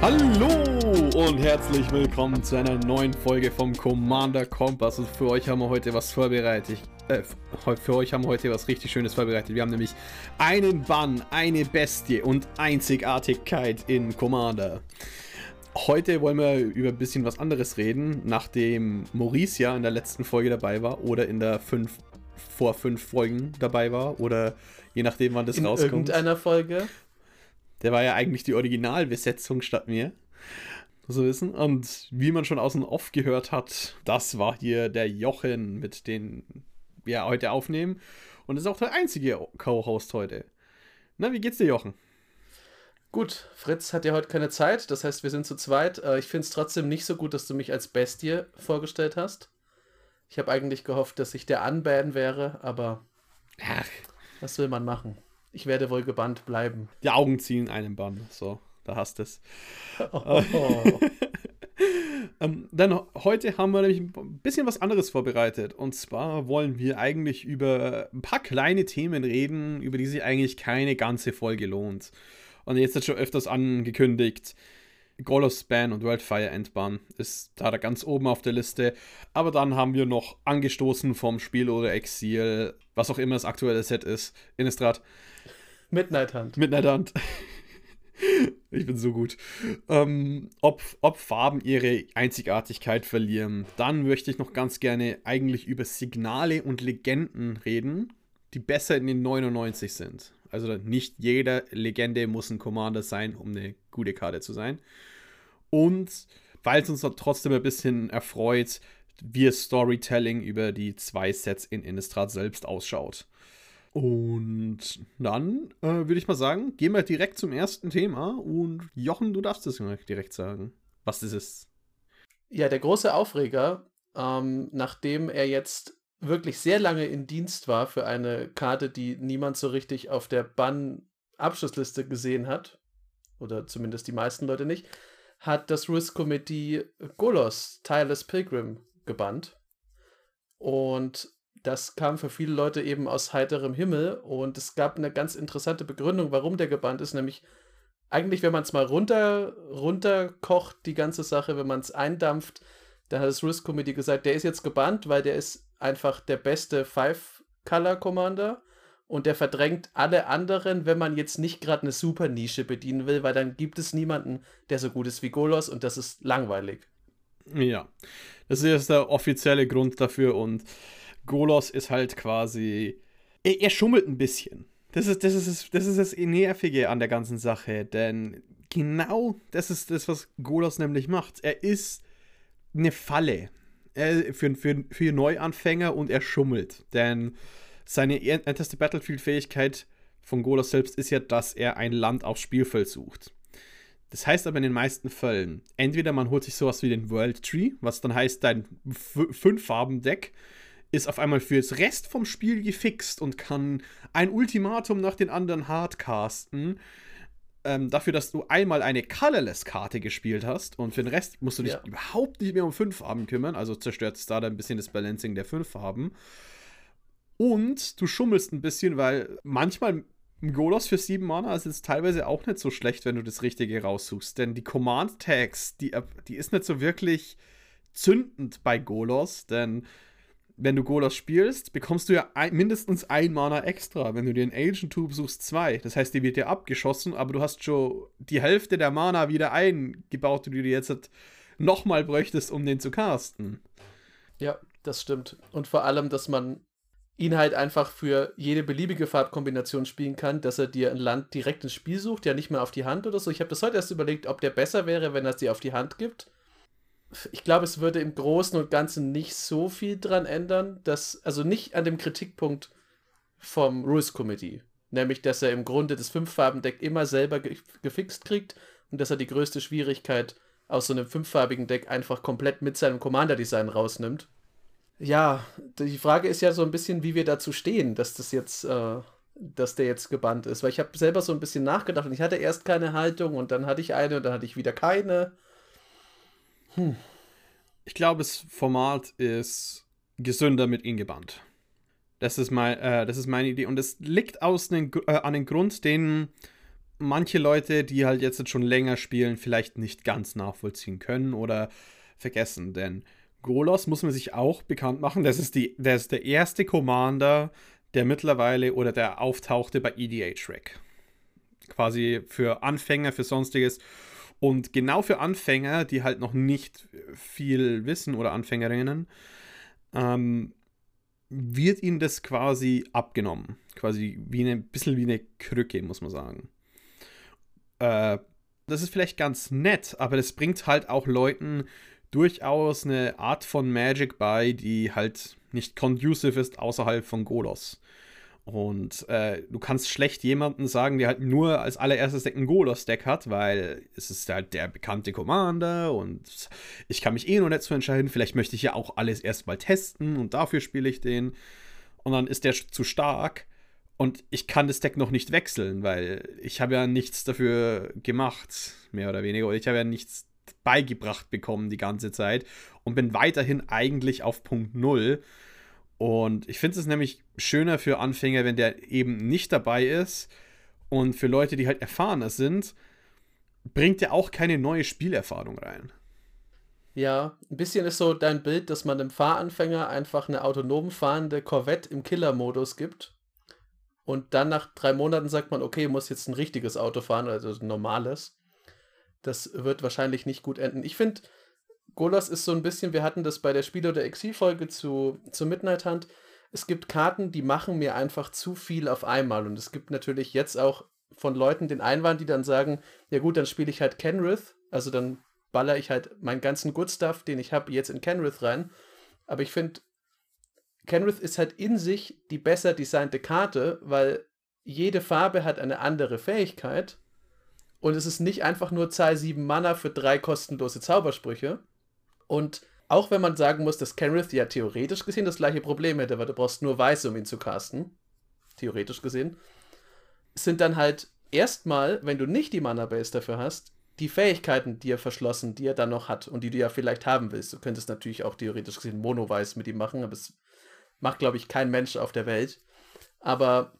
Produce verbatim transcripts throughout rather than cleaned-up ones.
Hallo und herzlich willkommen zu einer neuen Folge vom Commander Kompass. Und für euch haben wir heute was vorbereitet. Äh, für euch haben wir heute was richtig Schönes vorbereitet. Wir haben nämlich einen Bann, eine Bestie und Einzigartigkeit in Commander. Heute wollen wir über ein bisschen was anderes reden, nachdem Maurice ja in der letzten Folge dabei war oder in der fünf, vor fünf Folgen dabei war oder je nachdem, wann das in rauskommt. In irgendeiner Folge. Der war ja eigentlich die Originalbesetzung statt mir, so wissen. Und wie man schon aus dem Off gehört hat, das war hier der Jochen, mit dem wir heute aufnehmen. Und das ist auch der einzige Co-Host heute. Na, wie geht's dir, Jochen? Gut, Fritz hat ja heute keine Zeit, das heißt, wir sind zu zweit. Ich finde es trotzdem nicht so gut, dass du mich als Bestie vorgestellt hast. Ich habe eigentlich gehofft, dass ich der Unban wäre, aber Ach. Was will man machen? Ich werde wohl gebannt bleiben. Die Augen ziehen einen Bann, so, da hast du es. Oh. ähm, dann heute haben wir nämlich ein bisschen was anderes vorbereitet. Und zwar wollen wir eigentlich über ein paar kleine Themen reden, über die sich eigentlich keine ganze Folge lohnt. Und jetzt hat schon öfters angekündigt, Golos Ban und Worldfire Endban ist da ganz oben auf der Liste. Aber dann haben wir noch angestoßen vom Spiel oder Exil, was auch immer das aktuelle Set ist, Innistrad. Midnight Hunt. Midnight Hunt. Ich bin so gut. Ähm, ob, ob Farben ihre Einzigartigkeit verlieren. Dann möchte ich noch ganz gerne eigentlich über Signale und Legenden reden, die besser in den neunundneunzig sind. Also nicht jede Legende muss ein Commander sein, um eine gute Karte zu sein. Und weil es uns trotzdem ein bisschen erfreut, wie Storytelling über die zwei Sets in Innistrad selbst ausschaut. Und dann äh, würde ich mal sagen, gehen wir direkt zum ersten Thema. Und Jochen, du darfst es direkt sagen, was das ist. Ja, der große Aufreger, ähm, nachdem er jetzt wirklich sehr lange in Dienst war für eine Karte, die niemand so richtig auf der Bann-Abschlussliste gesehen hat, oder zumindest die meisten Leute nicht, hat das Risk Committee Golos, Tireless Pilgrim, gebannt. Und das kam für viele Leute eben aus heiterem Himmel und es gab eine ganz interessante Begründung, warum der gebannt ist, nämlich eigentlich, wenn man es mal runter, runterkocht, die ganze Sache, wenn man es eindampft, dann hat das Risk Committee gesagt, der ist jetzt gebannt, weil der ist einfach der beste Five-Color-Commander und der verdrängt alle anderen, wenn man jetzt nicht gerade eine Super-Nische bedienen will, weil dann gibt es niemanden, der so gut ist wie Golos und das ist langweilig. Ja, das ist der offizielle Grund dafür und Golos ist halt quasi, er, er schummelt ein bisschen. Das ist, das, ist, das ist das Nervige an der ganzen Sache, denn genau das ist das, was Golos nämlich macht. Er ist eine Falle er, für, für, für Neuanfänger und er schummelt, denn seine erste Battlefield-Fähigkeit von Golos selbst ist ja, dass er ein Land aufs Spielfeld sucht. Das heißt aber in den meisten Fällen, entweder man holt sich sowas wie den World Tree, was dann heißt, dein Fünf-Farben-Deck ist auf einmal für das Rest vom Spiel gefixt und kann ein Ultimatum nach den anderen hardcasten, ähm, dafür, dass du einmal eine Colorless-Karte gespielt hast und für den Rest musst du dich ja. überhaupt nicht mehr um fünf Farben kümmern, also zerstört es da dann ein bisschen das Balancing der fünf Farben. Und du schummelst ein bisschen, weil manchmal ein Golos für sieben Mana ist jetzt teilweise auch nicht so schlecht, wenn du das Richtige raussuchst, denn die Command-Tags, die, die ist nicht so wirklich zündend bei Golos, denn wenn du Golos spielst, bekommst du ja ein, mindestens ein Mana extra. Wenn du dir einen Agent Tube suchst, zwei. Das heißt, die wird dir abgeschossen, aber du hast schon die Hälfte der Mana wieder eingebaut, die du dir jetzt nochmal bräuchtest, um den zu casten. Ja, das stimmt. Und vor allem, dass man ihn halt einfach für jede beliebige Farbkombination spielen kann, dass er dir ein Land direkt ins Spiel sucht, ja nicht mehr auf die Hand oder so. Ich habe das heute erst überlegt, ob der besser wäre, wenn er es dir auf die Hand gibt. Ich glaube, es würde im Großen und Ganzen nicht so viel dran ändern, dass, also nicht an dem Kritikpunkt vom Rules Committee, nämlich, dass er im Grunde das Fünffarben-Deck immer selber ge- gefixt kriegt und dass er die größte Schwierigkeit aus so einem fünffarbigen Deck einfach komplett mit seinem Commander-Design rausnimmt. Ja, die Frage ist ja so ein bisschen, wie wir dazu stehen, dass das jetzt, äh, dass der jetzt gebannt ist, weil ich habe selber so ein bisschen nachgedacht und ich hatte erst keine Haltung und dann hatte ich eine und dann hatte ich wieder keine. Hm. Ich glaube, das Format ist gesünder mit ihm gebannt. Das ist, mein, äh, das ist meine Idee. Und es liegt aus den, äh, an den Grund, den manche Leute, die halt jetzt schon länger spielen, vielleicht nicht ganz nachvollziehen können oder vergessen. Denn Golos muss man sich auch bekannt machen. Das ist, die, das ist der erste Commander, der mittlerweile oder der auftauchte bei E D H-Rec. Quasi für Anfänger, für Sonstiges. Und genau für Anfänger, die halt noch nicht viel wissen oder Anfängerinnen, ähm, wird ihnen das quasi abgenommen. Quasi wie eine, ein bisschen wie eine Krücke, muss man sagen. Äh, das ist vielleicht ganz nett, aber das bringt halt auch Leuten durchaus eine Art von Magic bei, die halt nicht conducive ist außerhalb von Golos. Und äh, du kannst schlecht jemanden sagen, der halt nur als allererstes Deck ein Golos-Deck hat, weil es ist halt der bekannte Commander und ich kann mich eh noch nicht zu entscheiden. Vielleicht möchte ich ja auch alles erstmal testen und dafür spiele ich den. Und dann ist der zu stark und ich kann das Deck noch nicht wechseln, weil ich habe ja nichts dafür gemacht, mehr oder weniger. Oder ich habe ja nichts beigebracht bekommen die ganze Zeit und bin weiterhin eigentlich auf Punkt Null. Und ich finde es nämlich schöner für Anfänger, wenn der eben nicht dabei ist. Und für Leute, die halt erfahrener sind, bringt der auch keine neue Spielerfahrung rein. Ja, ein bisschen ist so dein Bild, dass man dem Fahranfänger einfach eine autonom fahrende Corvette im Killer-Modus gibt. Und dann nach drei Monaten sagt man, okay, muss jetzt ein richtiges Auto fahren, also ein normales. Das wird wahrscheinlich nicht gut enden. Ich finde, Golos ist so ein bisschen, wir hatten das bei der Spiel- oder Exil-Folge zu, zu Midnight Hunt. Es gibt Karten, die machen mir einfach zu viel auf einmal. Und es gibt natürlich jetzt auch von Leuten den Einwand, die dann sagen, ja gut, dann spiele ich halt Kenrith. Also dann baller ich halt meinen ganzen Good Stuff, den ich habe, jetzt in Kenrith rein. Aber ich finde, Kenrith ist halt in sich die besser designte Karte, weil jede Farbe hat eine andere Fähigkeit. Und es ist nicht einfach nur Zahl sieben Mana für drei kostenlose Zaubersprüche. Und auch wenn man sagen muss, dass Kenrith ja theoretisch gesehen das gleiche Problem hätte, weil du brauchst nur Weiße, um ihn zu casten, theoretisch gesehen, sind dann halt erstmal, wenn du nicht die Mana-Base dafür hast, die Fähigkeiten dir verschlossen, die er dann noch hat und die du ja vielleicht haben willst. Du könntest natürlich auch theoretisch gesehen Mono-Weiß mit ihm machen, aber es macht, glaube ich, kein Mensch auf der Welt. Aber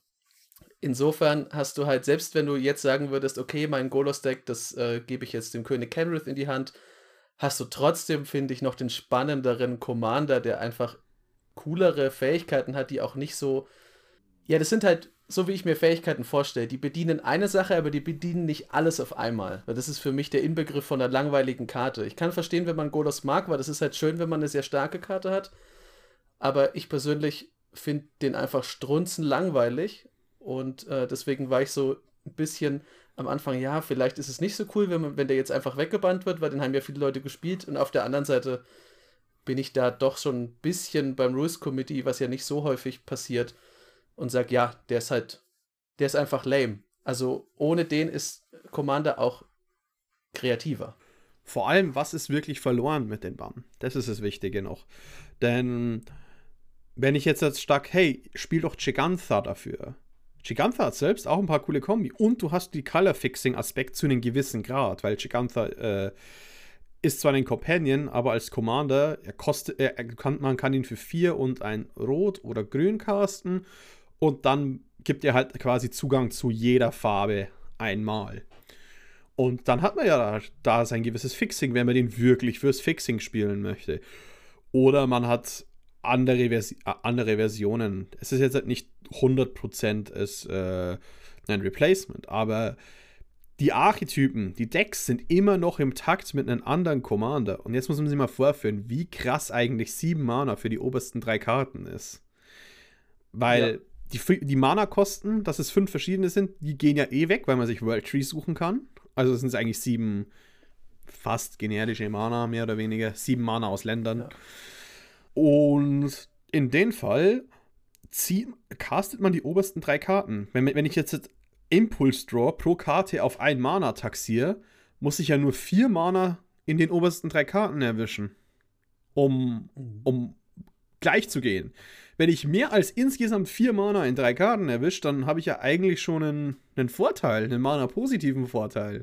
insofern hast du halt, selbst wenn du jetzt sagen würdest, okay, mein Golos-Deck, das äh, gebe ich jetzt dem König Kenrith in die Hand, hast du trotzdem, finde ich, noch den spannenderen Commander, der einfach coolere Fähigkeiten hat, die auch nicht so... Ja, das sind halt, so wie ich mir Fähigkeiten vorstelle, die bedienen eine Sache, aber die bedienen nicht alles auf einmal. Weil das ist für mich der Inbegriff von einer langweiligen Karte. Ich kann verstehen, wenn man Golos mag, weil das ist halt schön, wenn man eine sehr starke Karte hat. Aber ich persönlich finde den einfach strunzen langweilig. Und äh, deswegen war ich so ein bisschen am Anfang, ja, vielleicht ist es nicht so cool, wenn, man, wenn der jetzt einfach weggebannt wird, weil den haben ja viele Leute gespielt. Und auf der anderen Seite bin ich da doch schon ein bisschen beim Rules Committee, was ja nicht so häufig passiert, und sag, ja, der ist halt, der ist einfach lame. Also ohne den ist Commander auch kreativer. Vor allem, was ist wirklich verloren mit den Bann? Das ist das Wichtige noch. Denn wenn ich jetzt als stark, hey, spiel doch Gigantha dafür. Gigantha hat selbst auch ein paar coole Kombi. Und du hast die Color-Fixing-Aspekt zu einem gewissen Grad, weil Gigantha äh, ist zwar ein Companion, aber als Commander, er kostet, er kann, man kann ihn für vier und ein Rot oder Grün casten und dann gibt er halt quasi Zugang zu jeder Farbe einmal. Und dann hat man ja da, da sein gewisses Fixing, wenn man den wirklich fürs Fixing spielen möchte. Oder man hat andere, Versi andere Versionen. Es ist jetzt halt nicht hundert Prozent ist, äh, ein Replacement, aber die Archetypen, die Decks sind immer noch im Takt mit einem anderen Commander. Und jetzt muss man sich mal vorführen, wie krass eigentlich sieben Mana für die obersten drei Karten ist. Weil ja. die, die Mana-Kosten, dass es fünf verschiedene sind, die gehen ja eh weg, weil man sich World Trees suchen kann. Also es sind eigentlich sieben fast generische Mana, mehr oder weniger. Sieben Mana aus Ländern. Ja. Und in dem Fall zieht, castet man die obersten drei Karten. Wenn, wenn ich jetzt Impulse Draw pro Karte auf ein Mana taxiere, muss ich ja nur vier Mana in den obersten drei Karten erwischen, um, um gleich zu gehen. Wenn ich mehr als insgesamt vier Mana in drei Karten erwische, dann habe ich ja eigentlich schon einen, einen Vorteil, einen Mana-positiven Vorteil.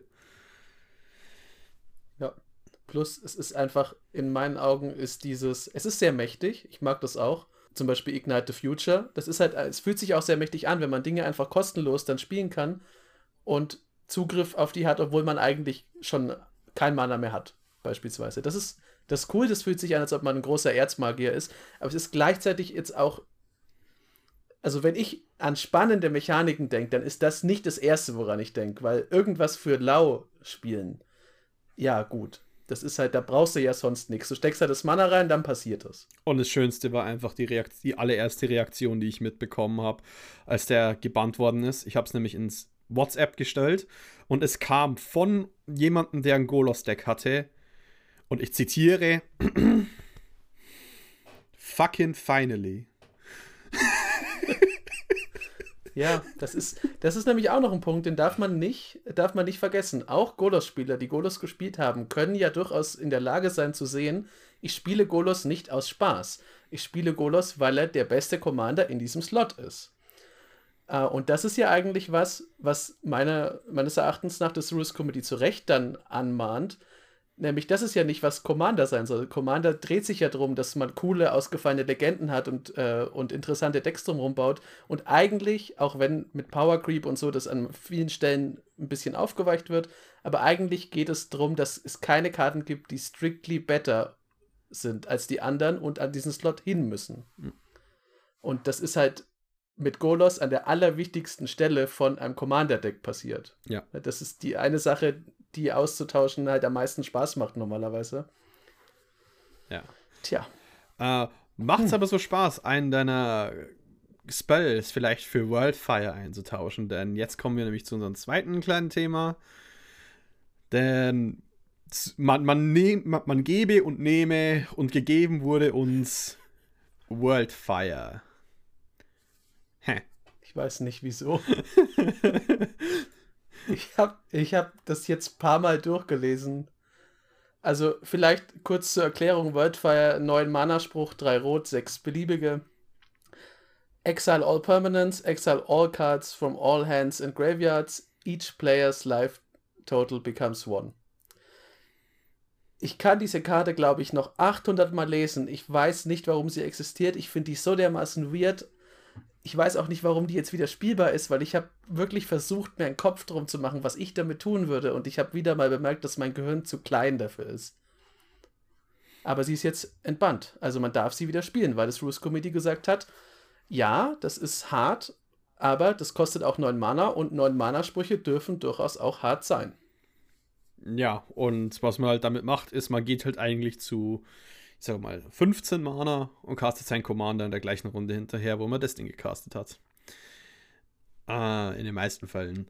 Ja, plus es ist einfach, in meinen Augen ist dieses, es ist sehr mächtig, ich mag das auch, zum Beispiel Ignite the Future, das ist halt, es fühlt sich auch sehr mächtig an, wenn man Dinge einfach kostenlos dann spielen kann und Zugriff auf die hat, obwohl man eigentlich schon kein Mana mehr hat, beispielsweise. Das ist, das ist cool, das fühlt sich an, als ob man ein großer Erzmagier ist, aber es ist gleichzeitig jetzt auch, also wenn ich an spannende Mechaniken denke, dann ist das nicht das Erste, woran ich denke, weil irgendwas für Lau spielen, ja gut, das ist halt, da brauchst du ja sonst nichts. Du steckst halt das Mana rein, dann passiert das. Und das Schönste war einfach die, Reakt die allererste Reaktion, die ich mitbekommen habe, als der gebannt worden ist. Ich habe es nämlich ins WhatsApp gestellt und es kam von jemandem, der ein Golos-Deck hatte. Und ich zitiere: Fucking finally. Ja, das ist, das ist nämlich auch noch ein Punkt, den darf man nicht, darf man nicht vergessen. Auch Golos-Spieler, die Golos gespielt haben, können ja durchaus in der Lage sein zu sehen, ich spiele Golos nicht aus Spaß. Ich spiele Golos, weil er der beste Commander in diesem Slot ist. Uh, und das ist ja eigentlich was, was meine, meines Erachtens nach des Rules Committee zu Recht dann anmahnt. Nämlich, das ist ja nicht, was Commander sein soll. Commander dreht sich ja darum, dass man coole, ausgefallene Legenden hat und, äh, und interessante Decks drumherum baut. Und eigentlich, auch wenn mit Power Creep und so das an vielen Stellen ein bisschen aufgeweicht wird, aber eigentlich geht es darum, dass es keine Karten gibt, die strictly better sind als die anderen und an diesen Slot hin müssen. Mhm. Und das ist halt mit Golos an der allerwichtigsten Stelle von einem Commander-Deck passiert. Ja. Das ist die eine Sache, die auszutauschen halt am meisten Spaß macht normalerweise. Ja. Tja. Äh, macht's hm. aber so Spaß, einen deiner Spells vielleicht für Worldfire einzutauschen, denn jetzt kommen wir nämlich zu unserem zweiten kleinen Thema. Denn man, man, nehm, man, man gebe und nehme und gegeben wurde uns Worldfire. Hä. Ich weiß nicht wieso. Ich habe ich hab das jetzt ein paar Mal durchgelesen. Also vielleicht kurz zur Erklärung: Worldfire, neun Mana-Spruch, drei Rot, sechs beliebige. Exile all permanents, exile all cards from all hands and graveyards. Each player's life total becomes one. Ich kann diese Karte, glaube ich, noch achthundert Mal lesen. Ich weiß nicht, warum sie existiert. Ich finde die so dermaßen weird. Ich weiß auch nicht, warum die jetzt wieder spielbar ist, weil ich habe wirklich versucht, mir einen Kopf drum zu machen, was ich damit tun würde. Und ich habe wieder mal bemerkt, dass mein Gehirn zu klein dafür ist. Aber sie ist jetzt entbannt. Also man darf sie wieder spielen, weil das Rules Committee gesagt hat, ja, das ist hart, aber das kostet auch neun Mana und neun Mana-Sprüche dürfen durchaus auch hart sein. Ja, und was man halt damit macht, ist, man geht halt eigentlich zu, ich sag mal, fünfzehn Mana und castet seinen Commander in der gleichen Runde hinterher, wo man das Ding gecastet hat. Äh, in den meisten Fällen.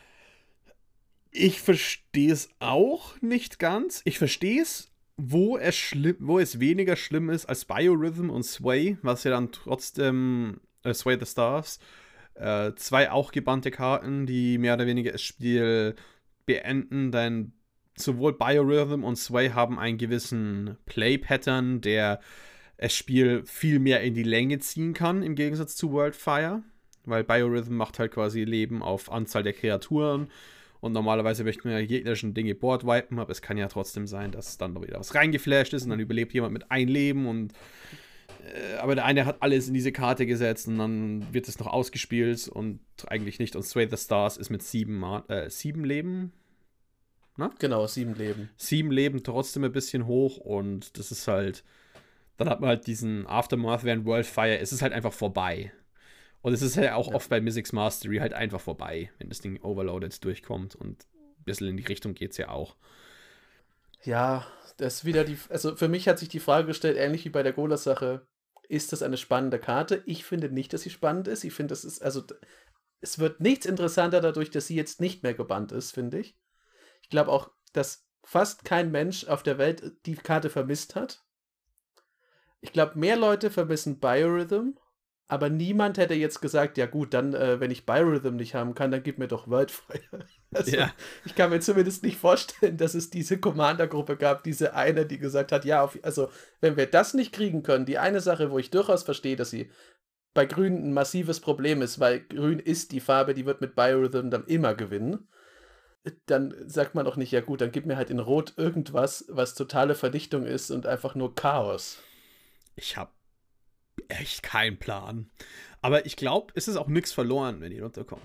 Ich verstehe es auch nicht ganz. Ich verstehe es, wo es schlimm, wo es weniger schlimm ist als Biorhythm und Sway, was ja dann trotzdem äh, Sway the Stars, äh, zwei auch gebannte Karten, die mehr oder weniger das Spiel beenden, denn sowohl Biorhythm und Sway haben einen gewissen Play-Pattern, der das Spiel viel mehr in die Länge ziehen kann, im Gegensatz zu Worldfire, weil Biorhythm macht halt quasi Leben auf Anzahl der Kreaturen und normalerweise möchte man ja gegnerischen Dinge boardwipen, aber es kann ja trotzdem sein, dass dann noch wieder was reingeflasht ist und dann überlebt jemand mit ein Leben und äh, aber der eine hat alles in diese Karte gesetzt und dann wird es noch ausgespielt und eigentlich nicht. Und Sway the Stars ist mit sieben, äh, sieben Leben. Na? Genau, sieben Leben. Sieben Leben trotzdem ein bisschen hoch und das ist halt, dann hat man halt diesen Aftermath während Worldfire, es ist halt einfach vorbei. Und es ist ja auch ja. oft bei Mythic's Mastery halt einfach vorbei, wenn das Ding overloaded durchkommt und ein bisschen in die Richtung geht es ja auch. Ja, das ist wieder die, also für mich hat sich die Frage gestellt, ähnlich wie bei der Golas-Sache, ist das eine spannende Karte? Ich finde nicht, dass sie spannend ist. Ich finde, das ist, also, es wird nichts interessanter dadurch, dass sie jetzt nicht mehr gebannt ist, finde ich. Ich glaube auch, dass fast kein Mensch auf der Welt die Karte vermisst hat. Ich glaube, mehr Leute vermissen Biorhythm, aber niemand hätte jetzt gesagt, ja gut, dann, äh, wenn ich Biorhythm nicht haben kann, dann gib mir doch Worldfire. Also, ja. Ich kann mir zumindest nicht vorstellen, dass es diese Commander-Gruppe gab, diese eine, die gesagt hat, ja, auf, also wenn wir das nicht kriegen können, die eine Sache, wo ich durchaus verstehe, dass sie bei Grün ein massives Problem ist, weil Grün ist die Farbe, die wird mit Biorhythm dann immer gewinnen, dann sagt man doch nicht, ja gut, dann gib mir halt in Rot irgendwas, was totale Verdichtung ist und einfach nur Chaos. Ich habe echt keinen Plan. Aber ich glaube, es ist auch nichts verloren, wenn die runterkommt.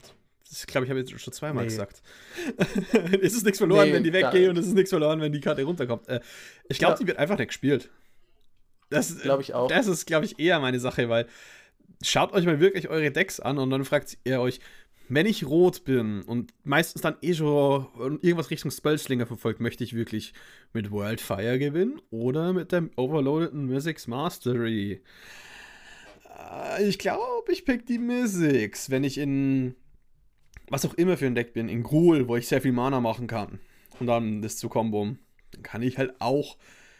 Das glaube ich, habe ich jetzt schon zweimal Nee. gesagt. Es ist nichts verloren, Nee, wenn die da- weggehen und es ist nichts verloren, wenn die Karte runterkommt. Äh, ich glaube, Ja. die wird einfach nicht gespielt. Das, Glaube ich auch. Das ist, glaube ich, eher meine Sache, weil schaut euch mal wirklich eure Decks an und dann fragt ihr euch, wenn ich rot bin und meistens dann eh schon irgendwas Richtung Spellslinger verfolgt, möchte ich wirklich mit Wildfire gewinnen oder mit dem overloadeten Mystics Mastery? Äh, Ich glaube, ich pick die Mystics, wenn ich in was auch immer für ein Deck bin, in Gruul, wo ich sehr viel Mana machen kann und dann das zu Combo, dann kann ich halt auch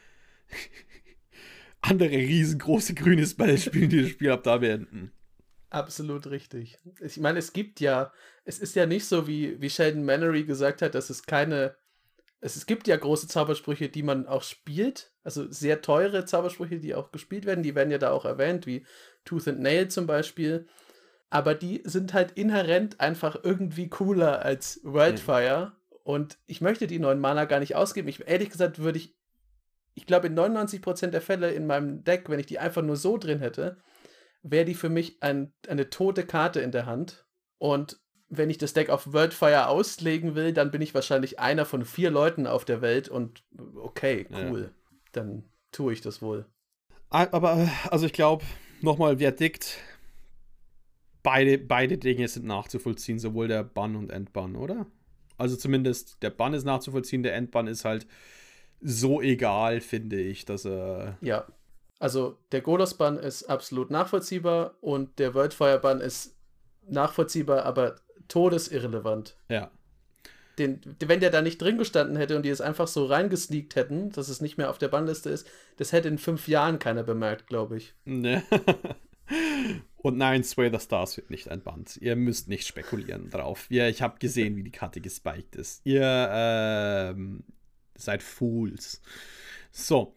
andere riesengroße grüne Spells spielen, die das Spiel ab da beenden. Absolut richtig. Ich meine, es gibt ja, es ist ja nicht so, wie, wie Sheldon Mannery gesagt hat, dass es keine, es, es gibt ja große Zaubersprüche, die man auch spielt, also sehr teure Zaubersprüche, die auch gespielt werden, die werden ja da auch erwähnt, wie Tooth and Nail zum Beispiel, aber die sind halt inhärent einfach irgendwie cooler als Wildfire und ich möchte die neuen Mana gar nicht ausgeben. Ich, ehrlich gesagt würde ich, ich glaube in neunundneunzig Prozent der Fälle in meinem Deck, wenn ich die einfach nur so drin hätte, wäre die für mich ein, eine tote Karte in der Hand. Und wenn ich das Deck auf Wildfire auslegen will, dann bin ich wahrscheinlich einer von vier Leuten auf der Welt und okay, cool. Ja. Dann tue ich das wohl. Aber, also ich glaube, nochmal Verdikt, beide, beide Dinge sind nachzuvollziehen, sowohl der Bann und Endbann, oder? Also zumindest der Bann ist nachzuvollziehen, der Endbann ist halt so egal, finde ich, dass er... Ja. Also der Golos-Bann ist absolut nachvollziehbar und der Wildfire-Bann ist nachvollziehbar, aber todesirrelevant. Ja. Den, wenn der da nicht drin gestanden hätte und die es einfach so reingesneakt hätten, dass es nicht mehr auf der Bannliste ist, das hätte in fünf Jahren keiner bemerkt, glaube ich. Ne. Und nein, Sway the Stars wird nicht entbannt. Ihr müsst nicht spekulieren drauf. Ja, ich habe gesehen, wie die Karte gespiked ist. Ihr ähm, seid Fools. So.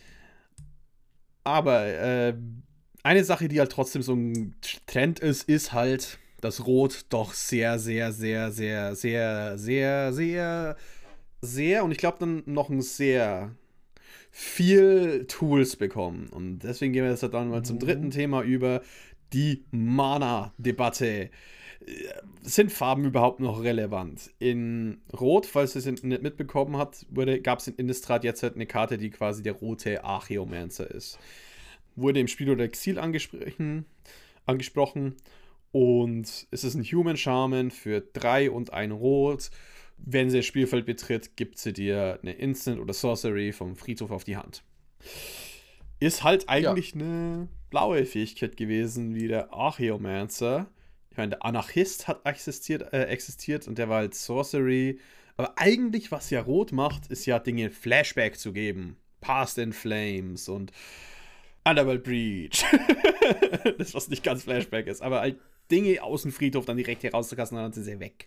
Aber äh, eine Sache, die halt trotzdem so ein Trend ist, ist halt, dass Rot doch sehr, sehr, sehr, sehr, sehr, sehr, sehr, sehr und ich glaube dann noch ein sehr viel Tools bekommen. Und deswegen gehen wir jetzt dann mal zum dritten Thema über, die Mana-Debatte. Sind Farben überhaupt noch relevant? In Rot, falls ihr es nicht mitbekommen habt, gab es in Innistrad jetzt halt eine Karte, die quasi der rote Archaeomancer ist. Wurde im Spiel oder Exil angesprochen, angesprochen und es ist ein Human Shaman für drei und ein Rot. Wenn sie das Spielfeld betritt, gibt sie dir eine Instant oder Sorcery vom Friedhof auf die Hand. Ist halt eigentlich ja. eine blaue Fähigkeit gewesen, wie der Archaeomancer. Ich meine, der Anarchist hat existiert, äh, existiert und der war halt Sorcery. Aber eigentlich, was ja Rot macht, ist ja Dinge Flashback zu geben. Past in Flames und Underworld Breach. Das, was nicht ganz Flashback ist. Aber halt Dinge aus dem Friedhof dann direkt herauszulassen, dann sind sie weg.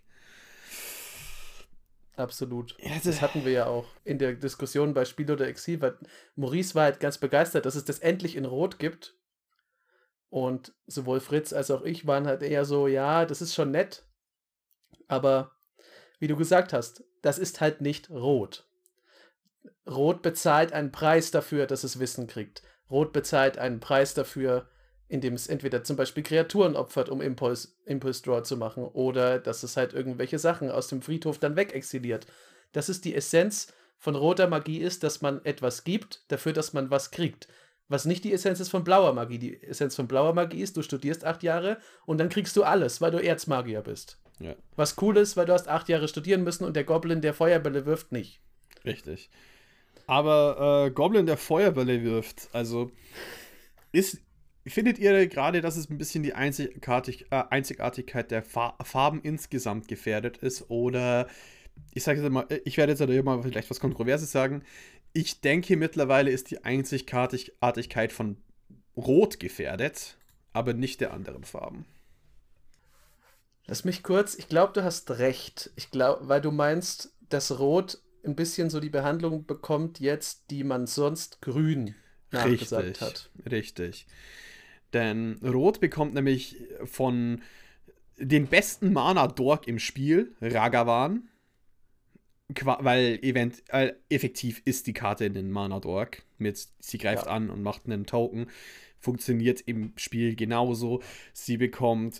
Absolut. Das hatten wir ja auch in der Diskussion bei Spiel oder Exil, weil Maurice war halt ganz begeistert, dass es das endlich in Rot gibt. Und sowohl Fritz als auch ich waren halt eher so, ja, das ist schon nett, aber wie du gesagt hast, das ist halt nicht Rot. Rot bezahlt einen Preis dafür, dass es Wissen kriegt. Rot bezahlt einen Preis dafür, indem es entweder zum Beispiel Kreaturen opfert, um Impulse, Impulse Draw zu machen, oder dass es halt irgendwelche Sachen aus dem Friedhof dann wegexiliert. Das ist die Essenz von roter Magie ist, dass man etwas gibt, dafür, dass man was kriegt. Was nicht die Essenz ist von blauer Magie. Die Essenz von blauer Magie ist, du studierst acht Jahre und dann kriegst du alles, weil du Erzmagier bist. Ja. Was cool ist, weil du hast acht Jahre studieren müssen und der Goblin, der Feuerbälle wirft, nicht. Richtig. Aber äh, Goblin, der Feuerbälle wirft, also ist, findet ihr gerade, dass es ein bisschen die Einzigartig, äh, Einzigartigkeit der Fa- Farben insgesamt gefährdet ist? Oder, ich sage jetzt mal, ich werde jetzt mal vielleicht was Kontroverses sagen, ich denke, mittlerweile ist die Einzigartigkeit von Rot gefährdet, aber nicht der anderen Farben. Lass mich kurz, ich glaube, du hast recht. Ich glaube, weil du meinst, dass Rot ein bisschen so die Behandlung bekommt jetzt, die man sonst Grün nachgesagt richtig, hat. Richtig. Denn Rot bekommt nämlich von den besten Mana-Dork im Spiel, Ragavan, weil event äh, effektiv ist die Karte in den Mana-Dork. Mit, sie greift ja. an und macht einen Token. Funktioniert im Spiel genauso. Sie bekommt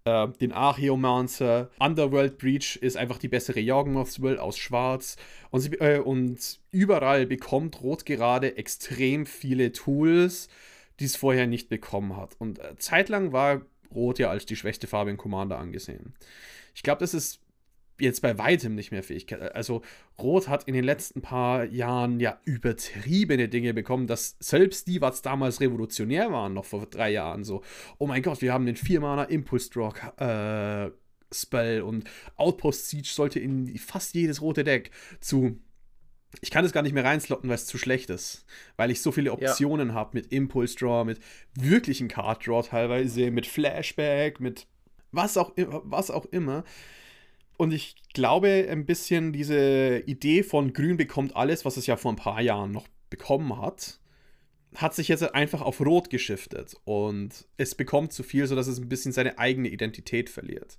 äh, den Archaeomancer. Underworld Breach ist einfach die bessere Yawgmoth's-Will aus Schwarz. Und, sie, äh, und überall bekommt Rot gerade extrem viele Tools, die es vorher nicht bekommen hat. Und äh, zeitlang war Rot ja als die schwächste Farbe in Commander angesehen. Ich glaube, das ist jetzt bei weitem nicht mehr Fähigkeit. Also Rot hat in den letzten paar Jahren ja übertriebene Dinge bekommen, dass selbst die, was damals revolutionär waren, noch vor drei Jahren so, oh mein Gott, wir haben den vier Mana Impulse Draw äh, Spell und Outpost Siege sollte in fast jedes rote Deck zu. Ich kann das gar nicht mehr reinslotten, weil es zu schlecht ist. Weil ich so viele Optionen ja. habe mit Impulse Draw, mit wirklichen Card Draw teilweise, mit Flashback, mit was auch, was auch immer. Und ich glaube, ein bisschen diese Idee von Grün bekommt alles, was es ja vor ein paar Jahren noch bekommen hat, hat sich jetzt einfach auf Rot geschiftet. Und es bekommt zu viel, sodass es ein bisschen seine eigene Identität verliert.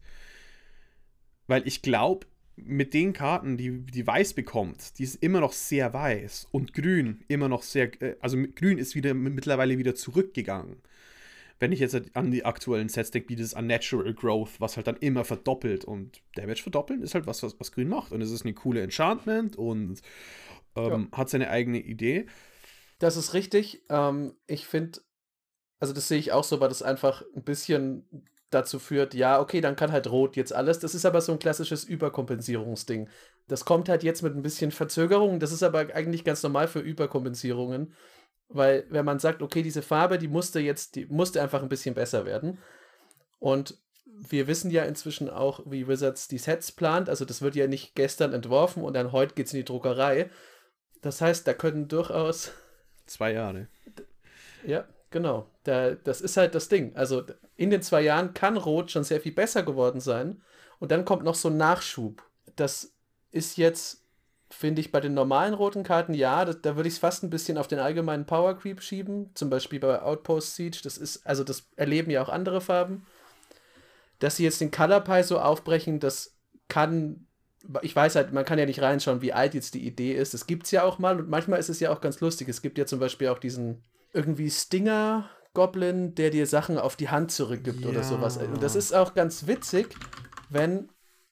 Weil ich glaube, mit den Karten, die, die Weiß bekommt, die ist immer noch sehr weiß. Und Grün immer noch sehr, also Grün ist wieder mittlerweile wieder zurückgegangen. Wenn ich jetzt an die aktuellen Sets denke, wie das Unnatural Growth, was halt dann immer verdoppelt. Und Damage verdoppeln ist halt was, was, was Grün macht. Und es ist eine coole Enchantment und ähm, ja. hat seine eigene Idee. Das ist richtig. Ähm, ich finde, also das sehe ich auch so, weil das einfach ein bisschen dazu führt, ja, okay, dann kann halt Rot jetzt alles. Das ist aber so ein klassisches Überkompensierungsding. Das kommt halt jetzt mit ein bisschen Verzögerung. Das ist aber eigentlich ganz normal für Überkompensierungen. Weil, wenn man sagt, okay, diese Farbe, die musste jetzt, die musste einfach ein bisschen besser werden. Und wir wissen ja inzwischen auch, wie Wizards die Sets plant. Also das wird ja nicht gestern entworfen und dann heute geht's in die Druckerei. Das heißt, da können durchaus zwei Jahre. Ja, genau. Da, das ist halt das Ding. Also in den zwei Jahren kann Rot schon sehr viel besser geworden sein. Und dann kommt noch so ein Nachschub. Das ist jetzt, finde ich, bei den normalen roten Karten, ja, das, da würde ich es fast ein bisschen auf den allgemeinen Power Creep schieben. Zum Beispiel bei Outpost Siege. Das ist, also das erleben ja auch andere Farben. Dass sie jetzt den Color Pie so aufbrechen, das kann, ich weiß halt, man kann ja nicht reinschauen, wie alt jetzt die Idee ist. Das gibt es ja auch mal und manchmal ist es ja auch ganz lustig. Es gibt ja zum Beispiel auch diesen irgendwie Stinger-Goblin, der dir Sachen auf die Hand zurückgibt ja. oder sowas. Und das ist auch ganz witzig, wenn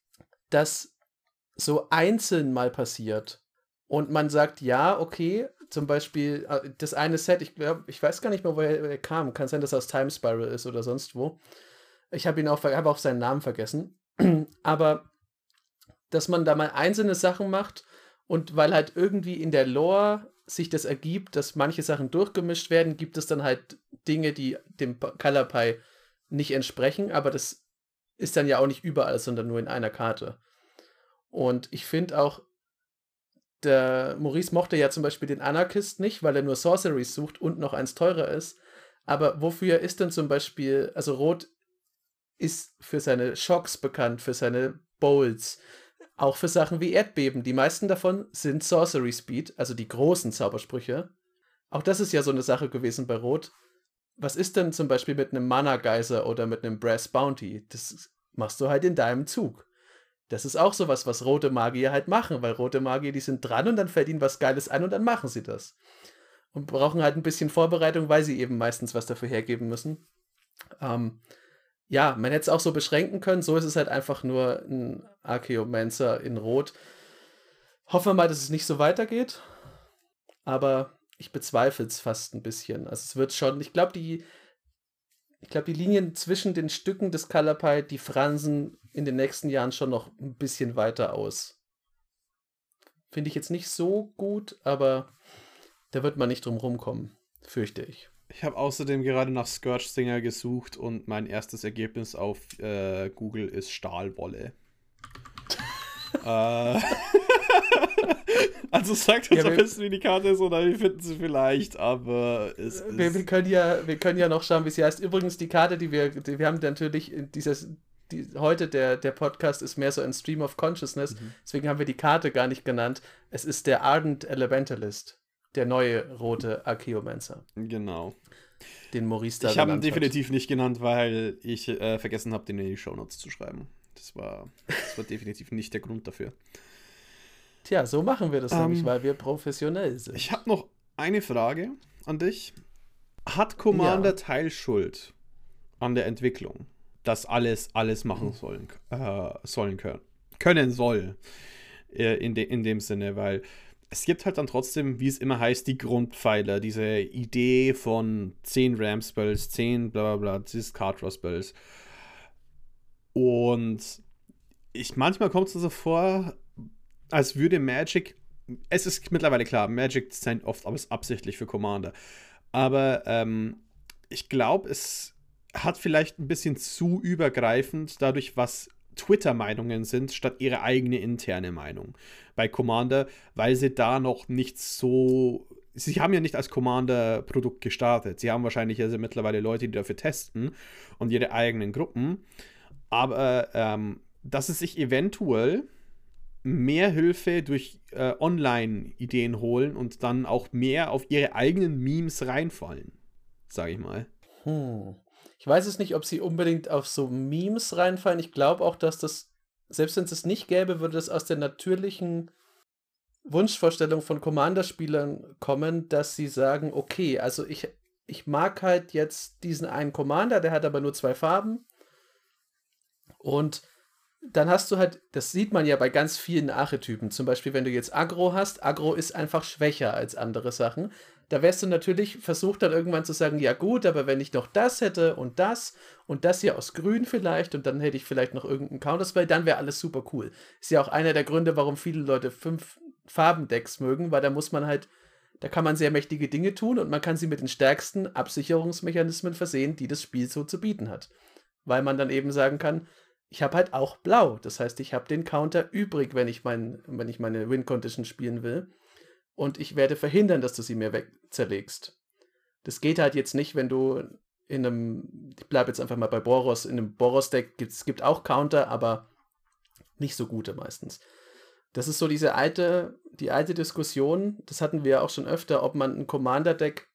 das so einzeln mal passiert und man sagt, ja, okay, zum Beispiel das eine Set, ich glaube, ich weiß gar nicht mehr, woher er kam, kann sein, dass er aus Time Spiral ist oder sonst wo. Ich habe ihn auch, habe auch seinen Namen vergessen, aber dass man da mal einzelne Sachen macht und weil halt irgendwie in der Lore sich das ergibt, dass manche Sachen durchgemischt werden, gibt es dann halt Dinge, die dem Color Pie nicht entsprechen, aber das ist dann ja auch nicht überall, sondern nur in einer Karte. Und ich finde auch, der Maurice mochte ja zum Beispiel den Anarchist nicht, weil er nur Sorceries sucht und noch eins teurer ist. Aber wofür ist denn zum Beispiel, also Rot ist für seine Schocks bekannt, für seine Bowls, auch für Sachen wie Erdbeben. Die meisten davon sind Sorcery Speed, also die großen Zaubersprüche. Auch das ist ja so eine Sache gewesen bei Rot. Was ist denn zum Beispiel mit einem Mana-Geyser oder mit einem Brass Bounty? Das machst du halt in deinem Zug. Das ist auch sowas, was rote Magier halt machen, weil rote Magier, die sind dran und dann fällt ihnen was Geiles ein und dann machen sie das. Und brauchen halt ein bisschen Vorbereitung, weil sie eben meistens was dafür hergeben müssen. Ähm, ja, man hätte es auch so beschränken können, so ist es halt einfach nur ein Archaeomancer in Rot. Hoffen wir mal, dass es nicht so weitergeht, aber ich bezweifle es fast ein bisschen. Also es wird schon, ich glaube, die Ich glaube, die Linien zwischen den Stücken des Color Pie, die fransen in den nächsten Jahren schon noch ein bisschen weiter aus. Finde ich jetzt nicht so gut, aber da wird man nicht drum rumkommen, fürchte ich. Ich habe außerdem gerade nach Scourge Singer gesucht und mein erstes Ergebnis auf äh, Google ist Stahlwolle. äh, also sagt uns, ja, ob es wie die Karte ist oder wir finden sie vielleicht, aber es wir, ist... Wir können, ja, wir können ja noch schauen, wie sie heißt. Übrigens, die Karte, die wir, die, wir haben natürlich dieses, die, heute der, der Podcast ist mehr so ein Stream of Consciousness, mhm. deswegen haben wir die Karte gar nicht genannt. Es ist der Ardent Elementalist, der neue rote Archaeomancer. Genau. Den Maurice da Ich habe ihn definitiv hat. nicht genannt, weil ich äh, vergessen habe, den in die Shownotes zu schreiben. Das war, das war definitiv nicht der Grund dafür. Tja, so machen wir das ähm, nämlich, weil wir professionell sind. Ich habe noch eine Frage an dich. Hat Commander ja. Teilschuld an der Entwicklung? das alles, alles machen sollen, äh, sollen können. Können soll. Äh, in, de, in dem Sinne, weil es gibt halt dann trotzdem, wie es immer heißt, die Grundpfeiler, diese Idee von zehn Ram-Spells, zehn bla bla bla, dieses Card-Draw-Spells. Und ich, manchmal kommt es so vor, als würde Magic, es ist mittlerweile klar, Magic designt oft alles absichtlich für Commander. Aber ähm, ich glaube, es hat vielleicht ein bisschen zu übergreifend dadurch, was Twitter-Meinungen sind, statt ihre eigene interne Meinung bei Commander, weil sie da noch nicht so. Sie haben ja nicht als Commander-Produkt gestartet. Sie haben wahrscheinlich also mittlerweile Leute, die dafür testen und ihre eigenen Gruppen. Aber ähm, dass es sich eventuell mehr Hilfe durch äh, Online-Ideen holen und dann auch mehr auf ihre eigenen Memes reinfallen, sage ich mal. Hm. Ich weiß es nicht, ob sie unbedingt auf so Memes reinfallen. Ich glaube auch, dass das, selbst wenn es es nicht gäbe, würde das aus der natürlichen Wunschvorstellung von Commander-Spielern kommen, dass sie sagen, okay, also ich, ich mag halt jetzt diesen einen Commander, der hat aber nur zwei Farben. Und dann hast du halt, das sieht man ja bei ganz vielen Archetypen. Zum Beispiel, wenn du jetzt Aggro hast, Aggro ist einfach schwächer als andere Sachen. Da wärst du natürlich versucht dann irgendwann zu sagen, ja gut, aber wenn ich noch das hätte und das und das hier aus Grün vielleicht und dann hätte ich vielleicht noch irgendeinen Counterspell, dann wäre alles super cool. Ist ja auch einer der Gründe, warum viele Leute fünf Farbendecks mögen, weil da muss man halt, da kann man sehr mächtige Dinge tun und man kann sie mit den stärksten Absicherungsmechanismen versehen, die das Spiel so zu bieten hat. Weil man dann eben sagen kann, ich habe halt auch blau. Das heißt, ich habe den Counter übrig, wenn ich, mein, wenn ich meine Win-Condition spielen will. Und ich werde verhindern, dass du sie mir weg zerlegst. Das geht halt jetzt nicht, wenn du in einem, ich bleibe jetzt einfach mal bei Boros, in einem Boros-Deck gibt es gibt auch Counter, aber nicht so gute meistens. Das ist so diese alte, die alte Diskussion, das hatten wir auch schon öfter, ob man ein Commander-Deck,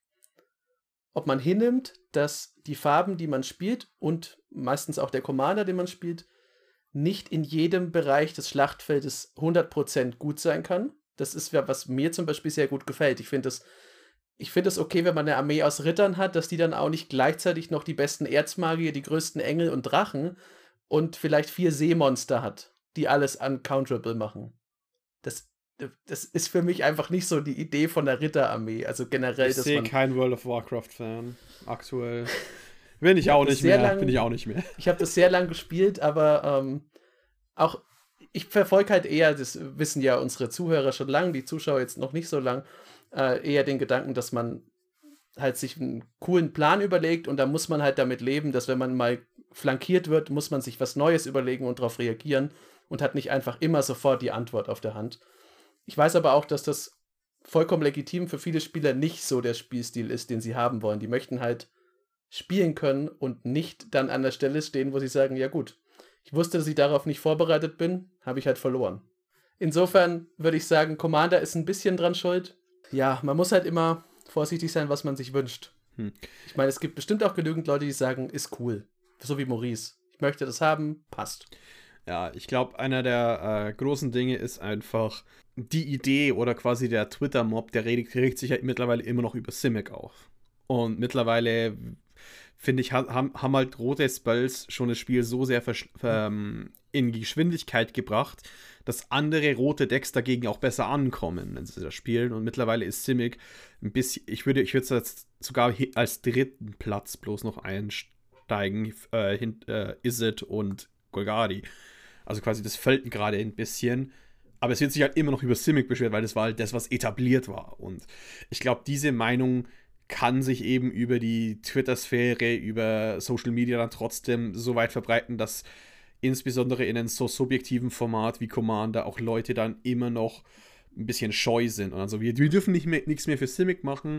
ob man hinnimmt, dass die Farben, die man spielt und meistens auch der Commander, den man spielt, nicht in jedem Bereich des Schlachtfeldes hundert Prozent gut sein kann. Das ist ja, was mir zum Beispiel sehr gut gefällt. Ich finde es ich finde es okay, wenn man eine Armee aus Rittern hat, dass die dann auch nicht gleichzeitig noch die besten Erzmagier, die größten Engel und Drachen und vielleicht vier Seemonster hat, die alles uncounterable machen. Das, das ist für mich einfach nicht so die Idee von der Ritterarmee. Also generell, ich dass sehe man kein World of Warcraft-Fan aktuell. Bin ich auch nicht mehr. Lang, Bin ich auch nicht mehr. Ich habe das sehr lang gespielt, aber ähm, auch ich verfolge halt eher, das wissen ja unsere Zuhörer schon lang, die Zuschauer jetzt noch nicht so lang, äh, eher den Gedanken, dass man halt sich einen coolen Plan überlegt und da muss man halt damit leben, dass wenn man mal flankiert wird, muss man sich was Neues überlegen und darauf reagieren und hat nicht einfach immer sofort die Antwort auf der Hand. Ich weiß aber auch, dass das vollkommen legitim für viele Spieler nicht so der Spielstil ist, den sie haben wollen. Die möchten halt spielen können und nicht dann an der Stelle stehen, wo sie sagen, ja gut, ich wusste, dass ich darauf nicht vorbereitet bin, habe ich halt verloren. Insofern würde ich sagen, Commander ist ein bisschen dran schuld. Ja, man muss halt immer vorsichtig sein, was man sich wünscht. Hm. Ich meine, es gibt bestimmt auch genügend Leute, die sagen, ist cool. So wie Maurice. Ich möchte das haben, passt. Ja, ich glaube, einer der äh, großen Dinge ist einfach die Idee oder quasi der Twitter-Mob, der regt, regt sich ja mittlerweile immer noch über Simic auf. Und mittlerweile, finde ich, haben, haben halt rote Spells schon das Spiel so sehr ähm, in Geschwindigkeit gebracht, dass andere rote Decks dagegen auch besser ankommen, wenn sie das spielen. Und mittlerweile ist Simic ein bisschen, ich würde ich würde es sogar als dritten Platz bloß noch einsteigen, äh, hin, äh, Izzet und Golgari. Also quasi das fällt gerade ein bisschen. Aber es wird sich halt immer noch über Simic beschwert, weil das war halt das, was etabliert war. Und ich glaube, diese Meinung kann sich eben über die Twitter-Sphäre, über Social Media dann trotzdem so weit verbreiten, dass insbesondere in einem so subjektiven Format wie Commander auch Leute dann immer noch ein bisschen scheu sind. Und also wir, wir dürfen nicht mehr, nichts mehr für Simic machen.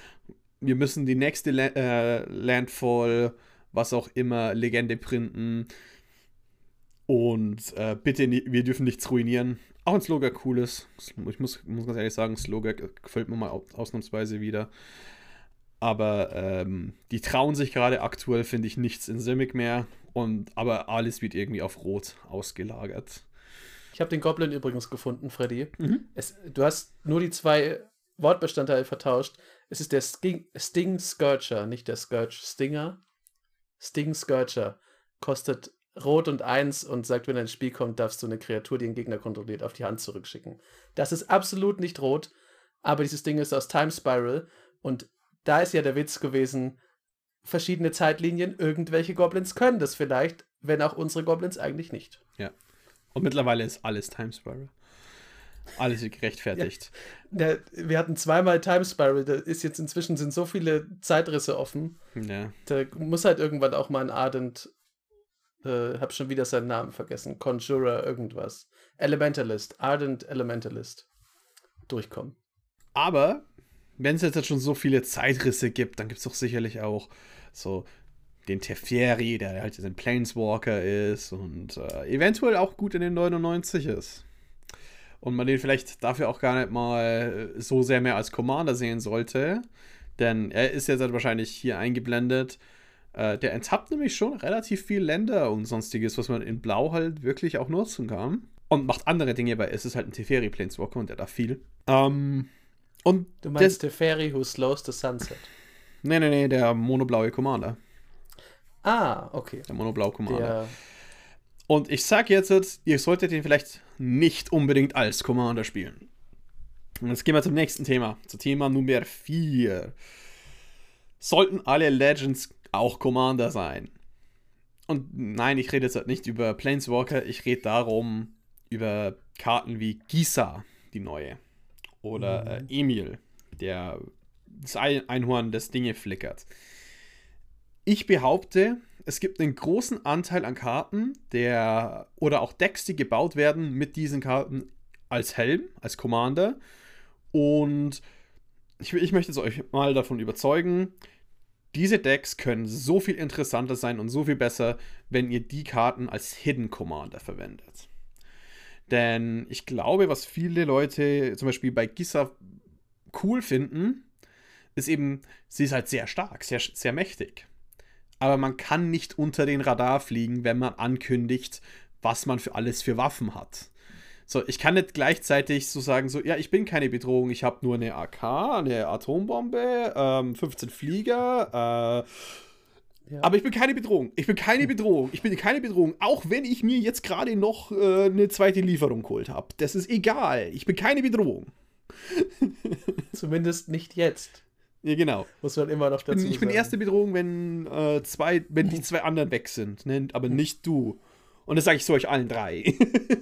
Wir müssen die nächste La- äh, Landfall, was auch immer, Legende printen. Und äh, bitte, wir dürfen nichts ruinieren. Auch ein Slogak cool ist. Ich muss, muss ganz ehrlich sagen, Slogak gefällt mir mal ausnahmsweise wieder. Aber ähm, die trauen sich gerade aktuell, finde ich, nichts in Simic mehr. Und, aber alles wird irgendwie auf Rot ausgelagert. Ich habe den Goblin übrigens gefunden, Freddy. Mhm. Es, du hast nur die zwei Wortbestandteile vertauscht. Es ist der Sting, Sting Scourger, nicht der Scourge Stinger. Sting Scourger. kostet Rot und eins und sagt, wenn ein Spiel kommt, darfst du eine Kreatur, die den Gegner kontrolliert, auf die Hand zurückschicken. Das ist absolut nicht rot, aber dieses Ding ist aus Time Spiral und da ist ja der Witz gewesen, verschiedene Zeitlinien, irgendwelche Goblins können das vielleicht, wenn auch unsere Goblins eigentlich nicht. Ja. Und mittlerweile ist alles Time Spiral. Alles gerechtfertigt. Ja, wir hatten zweimal Time Spiral, da ist jetzt inzwischen sind so viele Zeitrisse offen. Ja. Da muss halt irgendwann auch mal ein Ardent, äh, hab schon wieder seinen Namen vergessen, Conjurer irgendwas. Elementalist, Ardent Elementalist durchkommen. Aber wenn es jetzt schon so viele Zeitrisse gibt, dann gibt es doch sicherlich auch so den Teferi, der halt ein Planeswalker ist und äh, eventuell auch gut in den neunundneunzig ist. Und man den vielleicht dafür auch gar nicht mal so sehr mehr als Commander sehen sollte. Denn er ist jetzt halt wahrscheinlich hier eingeblendet. Äh, der enttappt nämlich schon relativ viel Länder und sonstiges, was man in Blau halt wirklich auch nutzen kann. Und macht andere Dinge, weil es ist halt ein Teferi-Planeswalker und der darf viel. Ähm, und du meinst Teferi, who slows the sunset? Nee, nee, nee, der monoblaue Commander. Ah, okay. Der monoblaue Commander. Der Und ich sag jetzt, ihr solltet den vielleicht nicht unbedingt als Commander spielen. Und jetzt gehen wir zum nächsten Thema. Zu Thema Nummer vier. Sollten alle Legends auch Commander sein? Und nein, ich rede jetzt halt nicht über Planeswalker, ich rede darum, über Karten wie Gisa, die neue. Oder Mhm. äh, Emil, der das Einhorn, das Dinge flickert. Ich behaupte, es gibt einen großen Anteil an Karten, der oder auch Decks, die gebaut werden mit diesen Karten als Helm, als Commander. Und ich, ich möchte es euch mal davon überzeugen, diese Decks können so viel interessanter sein und so viel besser, wenn ihr die Karten als Hidden Commander verwendet. Denn ich glaube, was viele Leute zum Beispiel bei Gisa cool finden, ist eben, sie ist halt sehr stark, sehr, sehr mächtig. Aber man kann nicht unter den Radar fliegen, wenn man ankündigt, was man für alles für Waffen hat. So, ich kann nicht gleichzeitig so sagen, so, ja, ich bin keine Bedrohung, ich habe nur eine A K, eine Atombombe, ähm, fünfzehn Flieger, äh, ja. Aber ich bin keine Bedrohung. Ich bin keine Bedrohung. Ich bin keine Bedrohung, auch wenn ich mir jetzt gerade noch äh, eine zweite Lieferung geholt habe. Das ist egal. Ich bin keine Bedrohung. Zumindest nicht jetzt. Ja, genau. Muss man immer noch dazu ich bin, ich bin sagen. erste Bedrohung, wenn, äh, zwei, wenn die zwei anderen weg sind, ne? Aber nicht du. Und das sage ich so euch allen drei.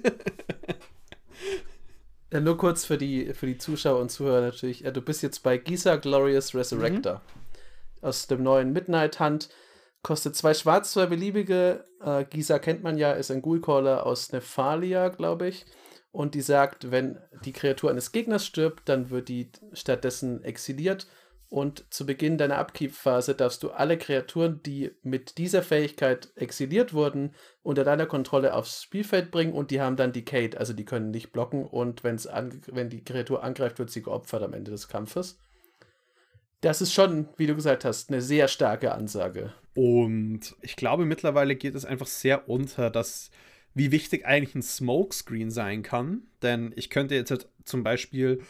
Ja, nur kurz für die, für die Zuschauer und Zuhörer natürlich. Ja, du bist jetzt bei Gisa Glorious Resurrector. Mhm. Aus dem neuen Midnight Hunt. Kostet zwei Schwarz, zwei beliebige. Äh, Gisa kennt man ja, ist ein Ghoulcaller aus Nephalia, glaube ich. Und die sagt, wenn die Kreatur eines Gegners stirbt, dann wird die stattdessen exiliert. Und zu Beginn deiner Upkeep-Phase darfst du alle Kreaturen, die mit dieser Fähigkeit exiliert wurden, unter deiner Kontrolle aufs Spielfeld bringen und die haben dann Decayed, also die können nicht blocken und wenn's an, wenn die Kreatur angreift, wird sie geopfert am Ende des Kampfes. Das ist schon, wie du gesagt hast, eine sehr starke Ansage. Und ich glaube, mittlerweile geht es einfach sehr unter, dass wie wichtig eigentlich ein Smokescreen sein kann. Denn ich könnte jetzt halt zum Beispiel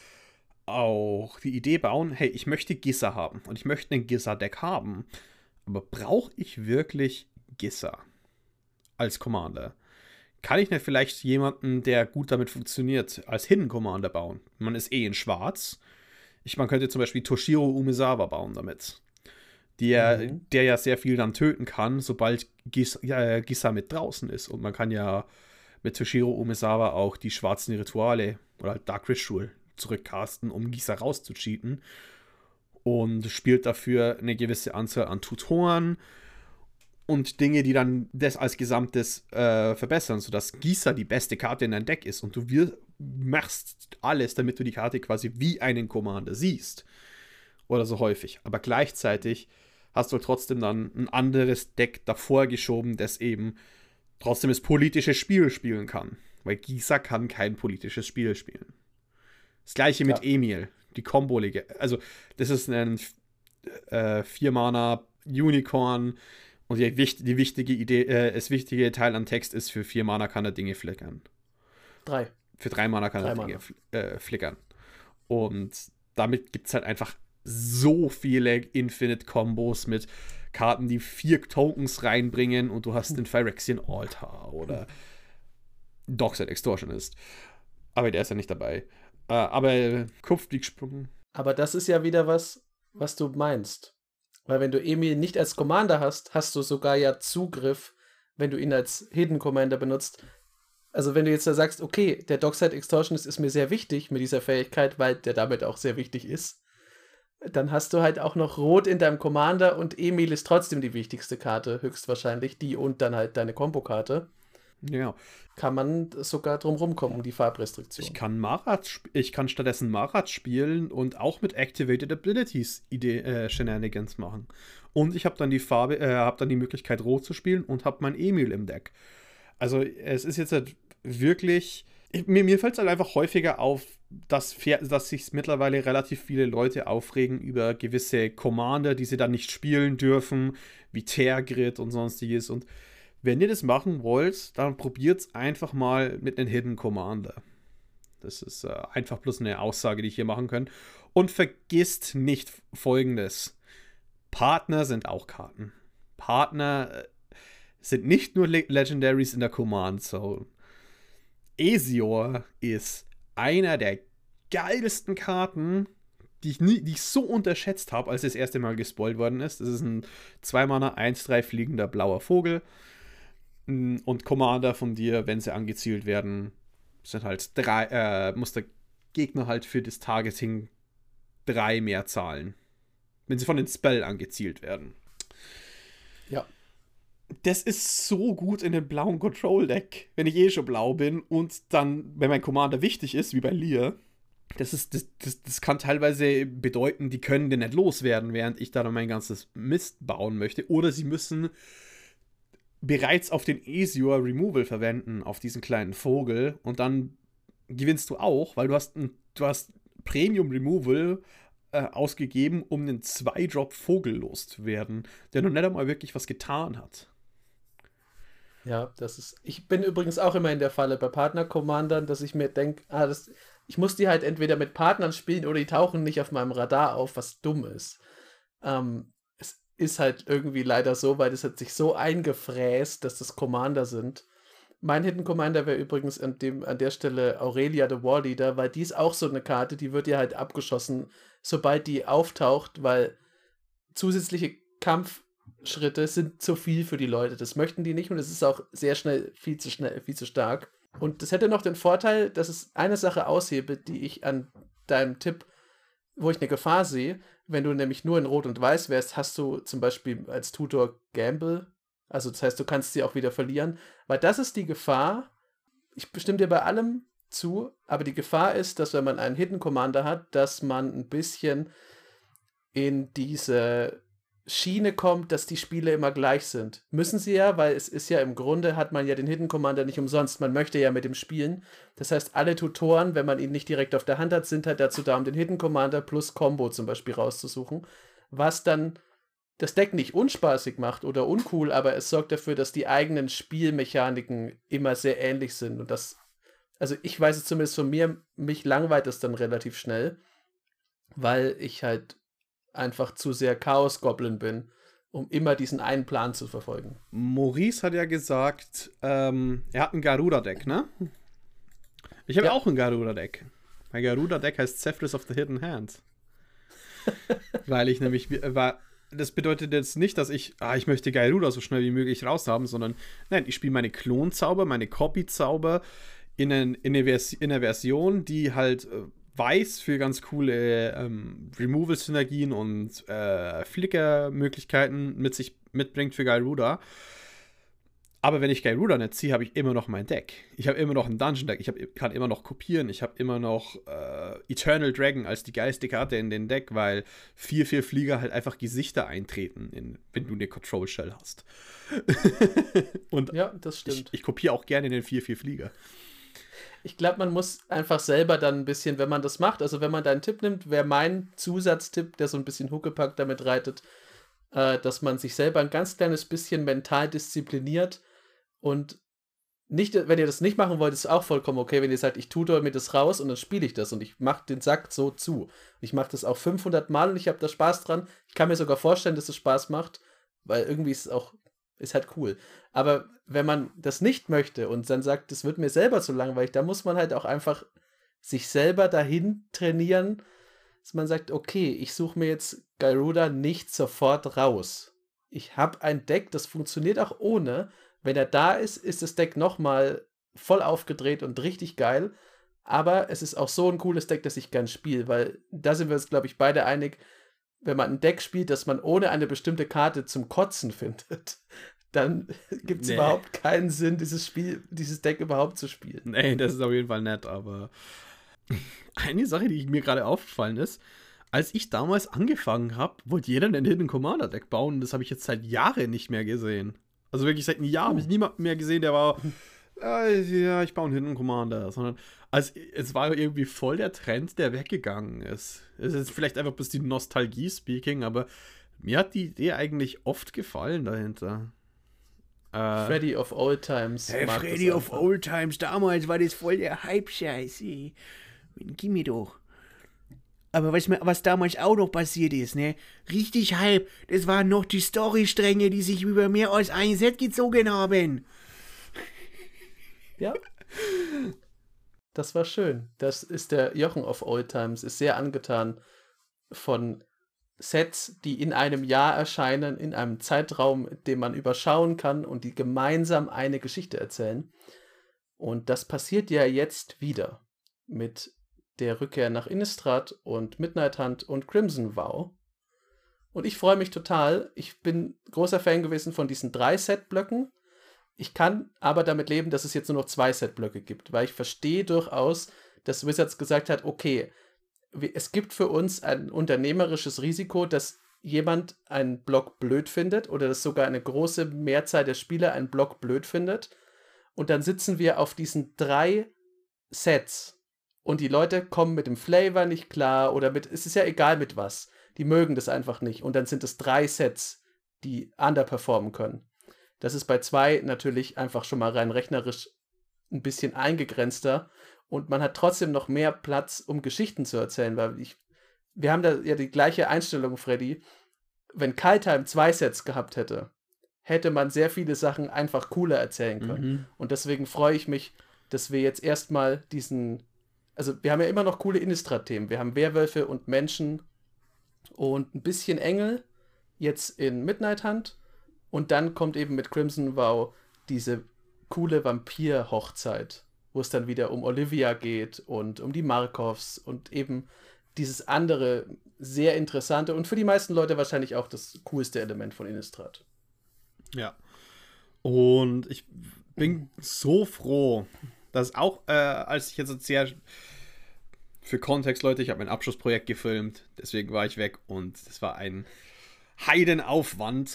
auch die Idee bauen, hey, ich möchte Gisa haben und ich möchte ein Gisa-Deck haben. Aber brauche ich wirklich Gisa als Commander? Kann ich nicht vielleicht jemanden, der gut damit funktioniert, als Hidden Commander bauen? Man ist eh in Schwarz. Ich, man könnte zum Beispiel Toshiro Umezawa bauen damit. Der, mhm. der ja sehr viel dann töten kann, sobald Gisa, äh, Gisa mit draußen ist. Und man kann ja mit Toshiro Umezawa auch die schwarzen Rituale oder halt Dark Ritual zurückcasten, um Gisa rauszucheaten. Und spielt dafür eine gewisse Anzahl an Tutoren und Dinge, die dann das als Gesamtes äh, verbessern, sodass Gisa die beste Karte in deinem Deck ist. Und du wir, machst alles, damit du die Karte quasi wie einen Commander siehst. Oder so häufig. Aber gleichzeitig hast du trotzdem dann ein anderes Deck davor geschoben, das eben trotzdem das politische Spiel spielen kann. Weil Gisa kann kein politisches Spiel spielen. Das gleiche mit ja. Emil, die Combo-Liga. Also, das ist ein äh, vier-Mana-Unicorn und die, die wichtige Idee, äh, das wichtige Teil an Text ist, für vier Mana kann er Dinge flickern. Drei. Für drei Mana kann drei er Mana. Dinge fl- äh, flickern. Und damit gibt es halt einfach so viele Infinite-Kombos mit Karten, die vier Tokens reinbringen und du hast den Phyrexian Altar oder Dockside Extortionist. Aber der ist ja nicht dabei. Äh, aber Kupfbiegsprung. Aber das ist ja wieder was, was du meinst. Weil wenn du Emil nicht als Commander hast, hast du sogar ja Zugriff, wenn du ihn als Hidden Commander benutzt. Also wenn du jetzt da sagst, okay, der Dockside Extortionist ist mir sehr wichtig mit dieser Fähigkeit, weil der damit auch sehr wichtig ist, dann hast du halt auch noch Rot in deinem Commander und Emil ist trotzdem die wichtigste Karte, höchstwahrscheinlich, die und dann halt deine Kombo-Karte. Ja. Kann man sogar drum rumkommen, um die Farbrestriktion. Ich kann Marat, sp- ich kann stattdessen Marat spielen und auch mit Activated Abilities Ide- äh, Shenanigans machen. Und ich habe dann die Farbe, äh, habe dann die Möglichkeit, Rot zu spielen und habe mein Emil im Deck. Also es ist jetzt halt wirklich. Ich, mir mir fällt es halt einfach häufiger auf, dass, dass sich mittlerweile relativ viele Leute aufregen über gewisse Commander, die sie dann nicht spielen dürfen, wie Tergrid und sonstiges. Und wenn ihr das machen wollt, dann probiert es einfach mal mit einem Hidden Commander. Das ist äh, einfach bloß eine Aussage, die ich hier machen kann. Und vergisst nicht Folgendes. Partner sind auch Karten. Partner äh, sind nicht nur Le- Legendaries in der Command Zone. Aesior ist einer der geilsten Karten, die ich, nie, die ich so unterschätzt habe, als das erste Mal gespoilt worden ist. Das ist ein zwei Mana eins drei fliegender blauer Vogel. Und Commander von dir, wenn sie angezielt werden, sind halt drei, äh, muss der Gegner halt für das Targeting drei mehr zahlen. Wenn sie von den Spell angezielt werden. Ja. Das ist so gut in dem blauen Control-Deck, wenn ich eh schon blau bin und dann, wenn mein Commander wichtig ist, wie bei Lear, das, ist, das, das, das kann teilweise bedeuten, die können den nicht loswerden, während ich da dann mein ganzes Mist bauen möchte. Oder sie müssen bereits auf den Aesior Removal verwenden, auf diesen kleinen Vogel, und dann gewinnst du auch, weil du hast, ein, du hast Premium Removal äh, ausgegeben, um einen zwei Drop Vogel loszuwerden, der noch nicht einmal wirklich was getan hat. Ja, das ist. Ich bin übrigens auch immer in der Falle bei Partner-Commandern, dass ich mir denke, ah, das, ich muss die halt entweder mit Partnern spielen oder die tauchen nicht auf meinem Radar auf, was dumm ist. Ähm, es ist halt irgendwie leider so, weil das hat sich so eingefräst, dass das Commander sind. Mein Hidden Commander wäre übrigens an, dem, an der Stelle Aurelia, the War Leader, weil die ist auch so eine Karte, die wird ja halt abgeschossen, sobald die auftaucht, weil zusätzliche Kampfschritte sind zu viel für die Leute. Das möchten die nicht und es ist auch sehr schnell, viel zu schnell, viel zu stark. Und das hätte noch den Vorteil, dass es eine Sache aushebe, die ich an deinem Tipp, wo ich eine Gefahr sehe, wenn du nämlich nur in Rot und Weiß wärst, hast du zum Beispiel als Tutor Gamble. Also das heißt, du kannst sie auch wieder verlieren. Weil das ist die Gefahr, ich stimme dir bei allem zu, aber die Gefahr ist, dass wenn man einen Hidden Commander hat, dass man ein bisschen in diese Schiene kommt, dass die Spiele immer gleich sind. Müssen sie ja, weil es ist ja im Grunde, hat man ja den Hidden Commander nicht umsonst. Man möchte ja mit dem spielen. Das heißt, alle Tutoren, wenn man ihn nicht direkt auf der Hand hat, sind halt dazu da, um den Hidden Commander plus Combo zum Beispiel rauszusuchen. Was dann das Deck nicht unspaßig macht oder uncool, aber es sorgt dafür, dass die eigenen Spielmechaniken immer sehr ähnlich sind. Und das, also ich weiß es zumindest von mir, mich langweilt es dann relativ schnell, weil ich halt einfach zu sehr Chaos-Goblin bin, um immer diesen einen Plan zu verfolgen. Maurice hat ja gesagt, ähm, er hat ein Garuda-Deck, ne? Ich habe ja auch ein Garuda-Deck. Mein Garuda-Deck heißt Zephrys of the Hidden Hand. Weil ich nämlich, war, das bedeutet jetzt nicht, dass ich, ah, ich möchte Garuda so schnell wie möglich raushaben, sondern nein, ich spiele meine Klonzauber, meine Copy-Zauber in, in, eine Vers- in einer Version, die halt äh, weiß für ganz coole ähm, Removal-Synergien und äh, Flicker-Möglichkeiten mit sich mitbringt für Garuda. Aber wenn ich Garuda nicht ziehe, habe ich immer noch mein Deck. Ich habe immer noch ein Dungeon-Deck. Ich hab, kann immer noch kopieren. Ich habe immer noch äh, Eternal Dragon als die geilste Karte in den Deck, weil vier vier Flieger halt einfach Gesichter eintreten, in, wenn du eine Control-Shell hast. Und ja, das stimmt. Ich, ich kopiere auch gerne den vier vier Flieger. Ich glaube, man muss einfach selber dann ein bisschen, wenn man das macht, also wenn man deinen Tipp nimmt, wäre mein Zusatztipp, der so ein bisschen Huckepack damit reitet, äh, dass man sich selber ein ganz kleines bisschen mental diszipliniert und nicht, wenn ihr das nicht machen wollt, ist auch vollkommen okay, wenn ihr sagt, ich tutor mir das raus und dann spiele ich das und ich mache den Sack so zu. Ich mache das auch fünfhundert Mal und ich habe da Spaß dran. Ich kann mir sogar vorstellen, dass es Spaß macht, weil irgendwie ist es auch, ist halt cool. Aber wenn man das nicht möchte und dann sagt, das wird mir selber zu langweilig, da muss man halt auch einfach sich selber dahin trainieren, dass man sagt, okay, ich suche mir jetzt Garuda nicht sofort raus. Ich habe ein Deck, das funktioniert auch ohne. Wenn er da ist, ist das Deck nochmal voll aufgedreht und richtig geil. Aber es ist auch so ein cooles Deck, das ich gern spiele, weil da sind wir uns, glaube ich, beide einig, wenn man ein Deck spielt, das man ohne eine bestimmte Karte zum Kotzen findet, dann gibt es Nee. überhaupt keinen Sinn, dieses Spiel, dieses Deck überhaupt zu spielen. Nee, das ist auf jeden Fall nett, aber eine Sache, die mir gerade aufgefallen ist, als ich damals angefangen habe, wollte jeder ein Hidden Commander Deck bauen und das habe ich jetzt seit Jahren nicht mehr gesehen. Also wirklich seit einem Jahr habe ich niemanden mehr gesehen, der war, äh, ja, ich baue einen Hidden Commander, sondern als, es war irgendwie voll der Trend, der weggegangen ist. Es ist vielleicht einfach bloß die Nostalgie speaking, aber mir hat die Idee eigentlich oft gefallen dahinter. Äh, Freddy of Old Times. Hey, Freddy of Old Times, damals war das voll der Hype-Scheiß. Gib mir doch. Aber was, was damals auch noch passiert ist, ne? Richtig Hype. Das waren noch die Storystränge, die sich über mehr als ein Set gezogen haben. Ja. Das war schön. Das ist der Jochen of Old Times, ist sehr angetan von Sets, die in einem Jahr erscheinen, in einem Zeitraum, den man überschauen kann und die gemeinsam eine Geschichte erzählen. Und das passiert ja jetzt wieder mit der Rückkehr nach Innistrad und Midnight Hunt und Crimson Vow. Und ich freue mich total. Ich bin großer Fan gewesen von diesen drei Setblöcken. Ich kann aber damit leben, dass es jetzt nur noch zwei Setblöcke gibt, weil ich verstehe durchaus, dass Wizards gesagt hat, okay, es gibt für uns ein unternehmerisches Risiko, dass jemand einen Block blöd findet oder dass sogar eine große Mehrzahl der Spieler einen Block blöd findet. Und dann sitzen wir auf diesen drei Sets und die Leute kommen mit dem Flavor nicht klar oder mit, es ist ja egal mit was. Die mögen das einfach nicht. Und dann sind es drei Sets, die underperformen können. Das ist bei zwei natürlich einfach schon mal rein rechnerisch ein bisschen eingegrenzter. Und man hat trotzdem noch mehr Platz, um Geschichten zu erzählen, weil ich, wir haben da ja die gleiche Einstellung, Freddy. Wenn Kaldheim zwei Sets gehabt hätte, hätte man sehr viele Sachen einfach cooler erzählen können. Mhm. Und deswegen freue ich mich, dass wir jetzt erstmal diesen, also wir haben ja immer noch coole Innistrad-Themen. Wir haben Werwölfe und Menschen und ein bisschen Engel jetzt in Midnight Hunt. Und dann kommt eben mit Crimson Vow diese coole Vampir-Hochzeit, wo es dann wieder um Olivia geht und um die Markovs und eben dieses andere, sehr interessante und für die meisten Leute wahrscheinlich auch das coolste Element von Innistrad. Ja. Und ich bin so froh, dass auch, äh, als ich jetzt sehr, für Kontext, Leute, ich habe mein Abschlussprojekt gefilmt, deswegen war ich weg und es war ein Heidenaufwand.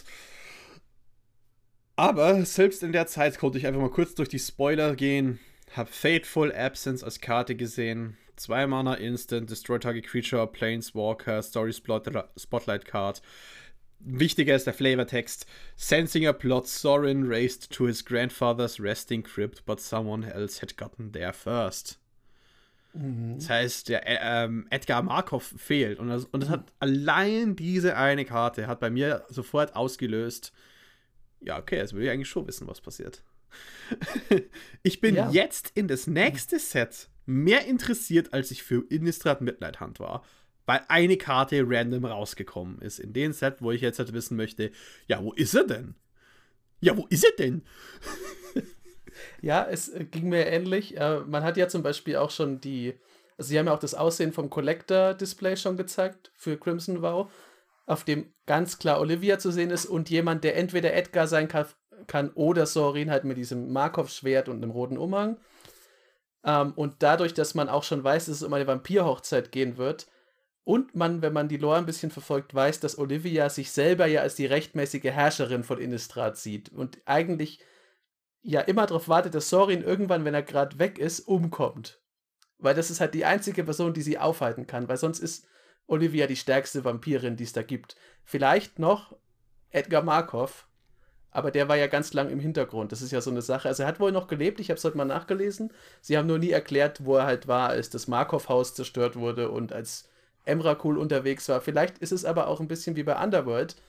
Aber selbst in der Zeit konnte ich einfach mal kurz durch die Spoiler gehen, habe Fateful Absence als Karte gesehen, zwei Mana Instant, Destroy Target Creature, Planeswalker, Story Spotlight Card. Wichtiger ist der Flavortext. Sensing a plot, Sorin raced to his grandfather's resting crypt, but someone else had gotten there first. Mhm. Das heißt, der ähm, Edgar Markov fehlt. Und das, und das hat allein diese eine Karte hat bei mir sofort ausgelöst. Ja, okay, jetzt will ich eigentlich schon wissen, was passiert. Ich bin ja. jetzt in das nächste Set mehr interessiert, als ich für Innistrad Midnight Hunt war. Weil eine Karte random rausgekommen ist in dem Set, wo ich jetzt halt wissen möchte, ja, wo ist er denn? Ja, wo ist er denn? Ja, es ging mir ähnlich. Äh, man hat ja zum Beispiel auch schon die, also sie haben ja auch das Aussehen vom Collector-Display schon gezeigt für Crimson Vow, auf dem ganz klar Olivia zu sehen ist und jemand, der entweder Edgar sein kann, kann oder Sorin halt mit diesem Markov-Schwert und einem roten Umhang. Ähm, und dadurch, dass man auch schon weiß, dass es um eine Vampir-Hochzeit gehen wird, und man, wenn man die Lore ein bisschen verfolgt, weiß, dass Olivia sich selber ja als die rechtmäßige Herrscherin von Innistrad sieht und eigentlich ja immer darauf wartet, dass Sorin irgendwann, wenn er gerade weg ist, umkommt. Weil das ist halt die einzige Person, die sie aufhalten kann, weil sonst ist Olivia die stärkste Vampirin, die es da gibt. Vielleicht noch Edgar Markov, aber der war ja ganz lang im Hintergrund. Das ist ja so eine Sache. Also er hat wohl noch gelebt, ich habe es heute mal nachgelesen. Sie haben nur nie erklärt, wo er halt war, als das Markov-Haus zerstört wurde und als Emrakul unterwegs war. Vielleicht ist es aber auch ein bisschen wie bei Underworld,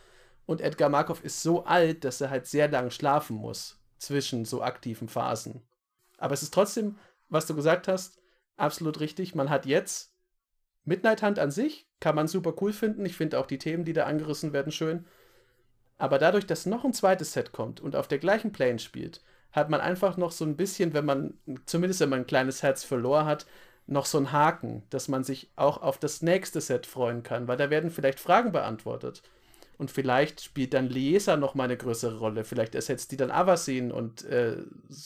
Und Edgar Markov ist so alt, dass er halt sehr lang schlafen muss zwischen so aktiven Phasen. Aber es ist trotzdem, was du gesagt hast, absolut richtig. Man hat jetzt Midnight Hunt an sich, kann man super cool finden. Ich finde auch die Themen, die da angerissen werden, schön. Aber dadurch, dass noch ein zweites Set kommt und auf der gleichen Plane spielt, hat man einfach noch so ein bisschen, wenn man, zumindest wenn man ein kleines Herz für Lore hat, noch so einen Haken, dass man sich auch auf das nächste Set freuen kann, weil da werden vielleicht Fragen beantwortet. Und vielleicht spielt dann Liesa noch mal eine größere Rolle. Vielleicht ersetzt die dann Avacyn und äh,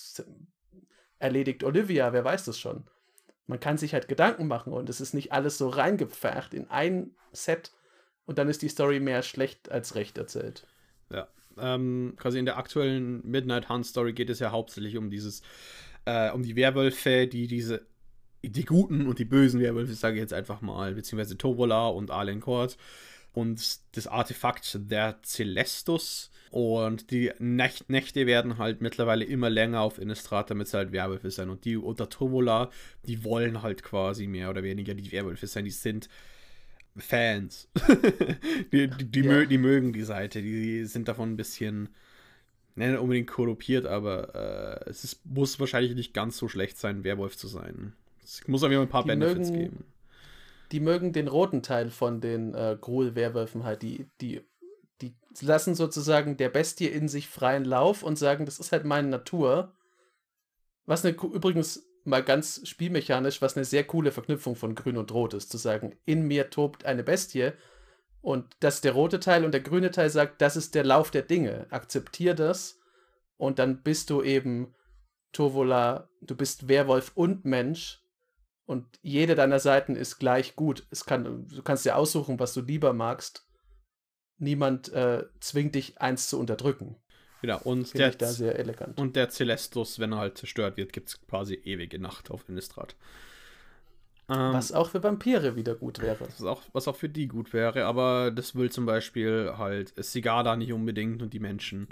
erledigt Olivia, wer weiß das schon. Man kann sich halt Gedanken machen und es ist nicht alles so reingepfercht in ein Set und dann ist die Story mehr schlecht als recht erzählt. Ja, ähm, quasi in der aktuellen Midnight Hunt Story geht es ja hauptsächlich um dieses, äh, um die Werwölfe, die diese, die guten und die bösen Werwölfe, sage ich jetzt einfach mal, beziehungsweise Tovola und Alencourt und das Artefakt der Celestus und die Nächt Nächte werden halt mittlerweile immer länger auf Innistrad, damit sie halt Werwölfe sein und die unter Tovola, die wollen halt quasi mehr oder weniger die Werwölfe sein, die sind Fans. die, die, die, ja. mö die mögen die Seite, die sind davon ein bisschen, nicht unbedingt korrumpiert, aber äh, es ist, muss wahrscheinlich nicht ganz so schlecht sein, Werwolf zu sein. Es muss auf jeden Fall ein paar die Benefits mögen, geben. Die mögen den roten Teil von den äh, Gruul-Werwölfen halt, die, die, die lassen sozusagen der Bestie in sich freien Lauf und sagen, das ist halt meine Natur. Was eine, übrigens mal ganz spielmechanisch, was eine sehr coole Verknüpfung von Grün und Rot ist, zu sagen, in mir tobt eine Bestie und das ist der rote Teil und der grüne Teil sagt, das ist der Lauf der Dinge, akzeptier das und dann bist du eben Tovola, du bist Werwolf und Mensch und jede deiner Seiten ist gleich gut. Es kann, du kannst dir aussuchen, was du lieber magst. Niemand äh, zwingt dich, eins zu unterdrücken. Genau, und Finde der, ich da sehr elegant. Und der Celestus, wenn er halt zerstört wird, gibt es quasi ewige Nacht auf Innistrad. Ähm, was auch für Vampire wieder gut wäre. Was auch, was auch für die gut wäre, aber das will zum Beispiel halt Sigarda nicht unbedingt und die Menschen.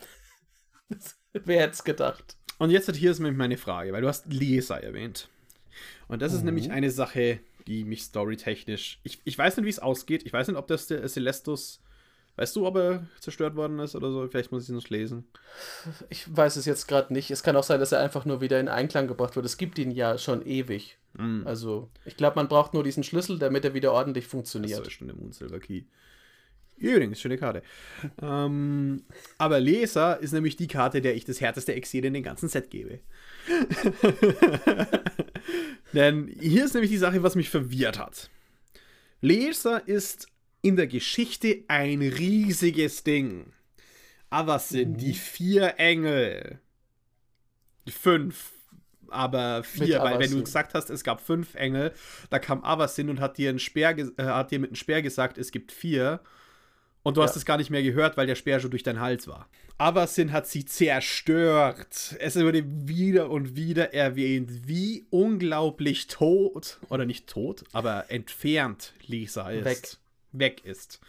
Wer hätte es gedacht? Und jetzt hier ist nämlich meine Frage, weil du hast Liesa erwähnt. Und das mhm. ist nämlich eine Sache, die mich storytechnisch. Ich, ich weiß nicht, wie es ausgeht. Ich weiß nicht, ob das der Celestus. Weißt du, ob er zerstört worden ist oder so? Vielleicht muss ich es noch lesen. Ich weiß es jetzt gerade nicht. Es kann auch sein, dass er einfach nur wieder in Einklang gebracht wird. Es gibt ihn ja schon ewig. Mm. Also, ich glaube, man braucht nur diesen Schlüssel, damit er wieder ordentlich funktioniert. Das ist schon der Moonsilver Key. Übrigens, schöne Karte. ähm, aber Liesa ist nämlich die Karte, der ich das härteste Exil in den ganzen Set gebe. Denn hier ist nämlich die Sache, was mich verwirrt hat. Liesa ist in der Geschichte ein riesiges Ding. Aber es sind mhm. die vier Engel. Die fünf. Aber vier, weil wenn du gesagt hast, es gab fünf Engel, da kam Avacyn und hat dir, ein Speer, äh, hat dir mit einem Speer gesagt, es gibt vier. Und du ja. hast es gar nicht mehr gehört, weil der Speer schon durch deinen Hals war. Avacyn hat sie zerstört. Es wurde wieder und wieder erwähnt, wie unglaublich tot, oder nicht tot, aber entfernt Liesa ist. Weg. weg ist.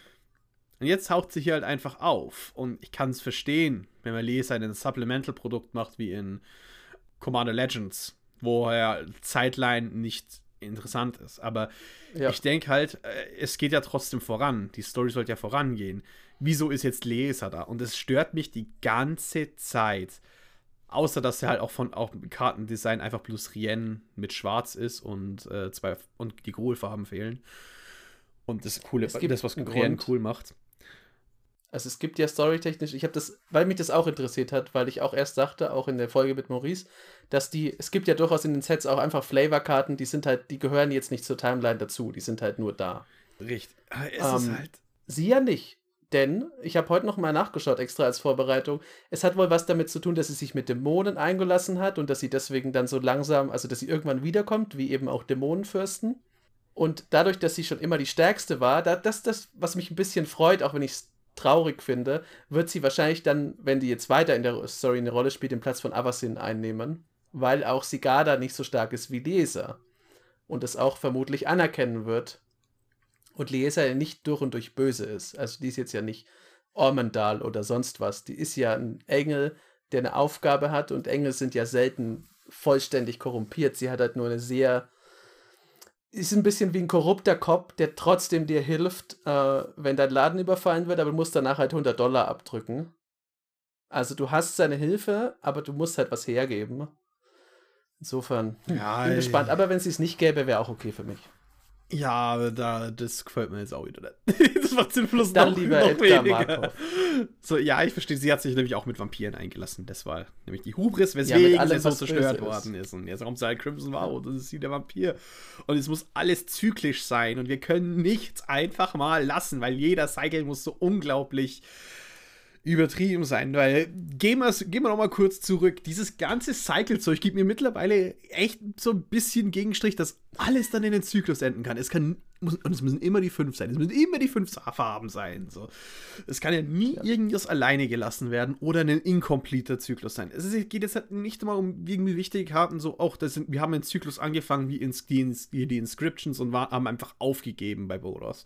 Und jetzt taucht sie hier halt einfach auf. Und ich kann es verstehen, wenn man Liesa ein Supplemental-Produkt macht, wie in Commander Legends, wo er Zeitline nicht interessant ist. Aber ja. ich denke halt, es geht ja trotzdem voran. Die Story sollte ja vorangehen. Wieso ist jetzt Liesa da? Und es stört mich die ganze Zeit. Außer, dass er halt auch von auch Kartendesign einfach plus Rien mit Schwarz ist und äh, zwei und die Gruul-Farben fehlen. Und das Coole, das, was Rien cool macht. Also es gibt ja storytechnisch, ich habe das, weil mich das auch interessiert hat, weil ich auch erst sagte, auch in der Folge mit Maurice, dass die, es gibt ja durchaus in den Sets auch einfach Flavorkarten, die sind halt, die gehören jetzt nicht zur Timeline dazu, die sind halt nur da. Richtig. Es ähm, ist halt sie ja nicht, denn ich habe heute noch mal nachgeschaut, extra als Vorbereitung, es hat wohl was damit zu tun, dass sie sich mit Dämonen eingelassen hat und dass sie deswegen dann so langsam, also dass sie irgendwann wiederkommt, wie eben auch Dämonenfürsten. Und dadurch, dass sie schon immer die Stärkste war, das, das, das was mich ein bisschen freut, auch wenn ich es traurig finde, wird sie wahrscheinlich dann, wenn die jetzt weiter in der Story eine Rolle spielt, den Platz von Avacyn einnehmen, weil auch Sigarda nicht so stark ist wie Liesa und es auch vermutlich anerkennen wird und Liesa nicht durch und durch böse ist. Also die ist jetzt ja nicht Ormendal oder sonst was. Die ist ja ein Engel, der eine Aufgabe hat und Engel sind ja selten vollständig korrumpiert. Sie hat halt nur eine sehr ist ein bisschen wie ein korrupter Cop, der trotzdem dir hilft, äh, wenn dein Laden überfallen wird, aber du musst danach halt hundert Dollar abdrücken. Also du hast seine Hilfe, aber du musst halt was hergeben. Insofern, hm, Ja, bin gespannt. Aber wenn es es nicht gäbe, wäre auch okay für mich. Ja, aber da, das gefällt mir jetzt auch wieder nicht. Das macht den Fluss Dann noch, lieber noch Edgar weniger. Markov. So, ja, ich verstehe, sie hat sich nämlich auch mit Vampiren eingelassen. Das war nämlich die Hubris, Ja, mit weswegen allem, sie so was zerstört böse worden ist. ist. Und jetzt kommt sie halt Crimson Vow und das ist sie der Vampir. Und es muss alles zyklisch sein. Und wir können nichts einfach mal lassen, weil jeder Cycle muss so unglaublich übertrieben sein, weil gehen wir, gehen wir noch mal kurz zurück. Dieses ganze Cycle-Zeug gibt mir mittlerweile echt so ein bisschen Gegenstrich, dass alles dann in den Zyklus enden kann. Es kann, muss, und es müssen immer die fünf sein. Es müssen immer die fünf Farben sein. So. Es kann ja nie ja. irgendwas alleine gelassen werden oder ein inkompleter Zyklus sein. Es ist, geht jetzt halt nicht mal um irgendwie wichtige Karten, so auch, das sind, wir haben einen Zyklus angefangen wie ins, die, die, die Inscriptions und war, haben einfach aufgegeben bei Boros.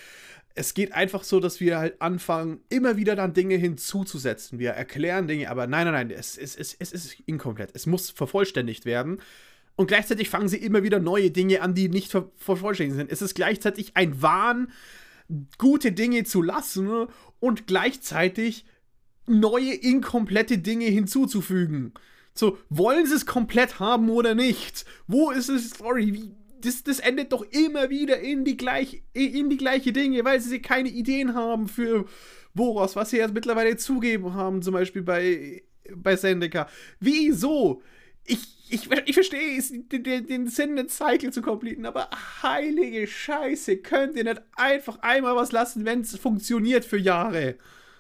Es geht einfach so, dass wir halt anfangen, immer wieder dann Dinge hinzuzusetzen. Wir erklären Dinge, aber nein, nein, nein, es, es, es, es ist inkomplett. Es muss vervollständigt werden. Und gleichzeitig fangen sie immer wieder neue Dinge an, die nicht ver vervollständigt sind. Es ist gleichzeitig ein Wahn, gute Dinge zu lassen und gleichzeitig neue, inkomplette Dinge hinzuzufügen. So, wollen sie es komplett haben oder nicht? Wo ist es Story? Wie? Das, das endet doch immer wieder in die, gleich, in die gleiche Dinge, weil sie keine Ideen haben für Boros, was sie jetzt mittlerweile zugeben haben, zum Beispiel bei, bei Zendika. Wieso? Ich, ich, ich verstehe es, den, den Sinn, den Cycle zu completen, aber heilige Scheiße, könnt ihr nicht einfach einmal was lassen, wenn es funktioniert für Jahre?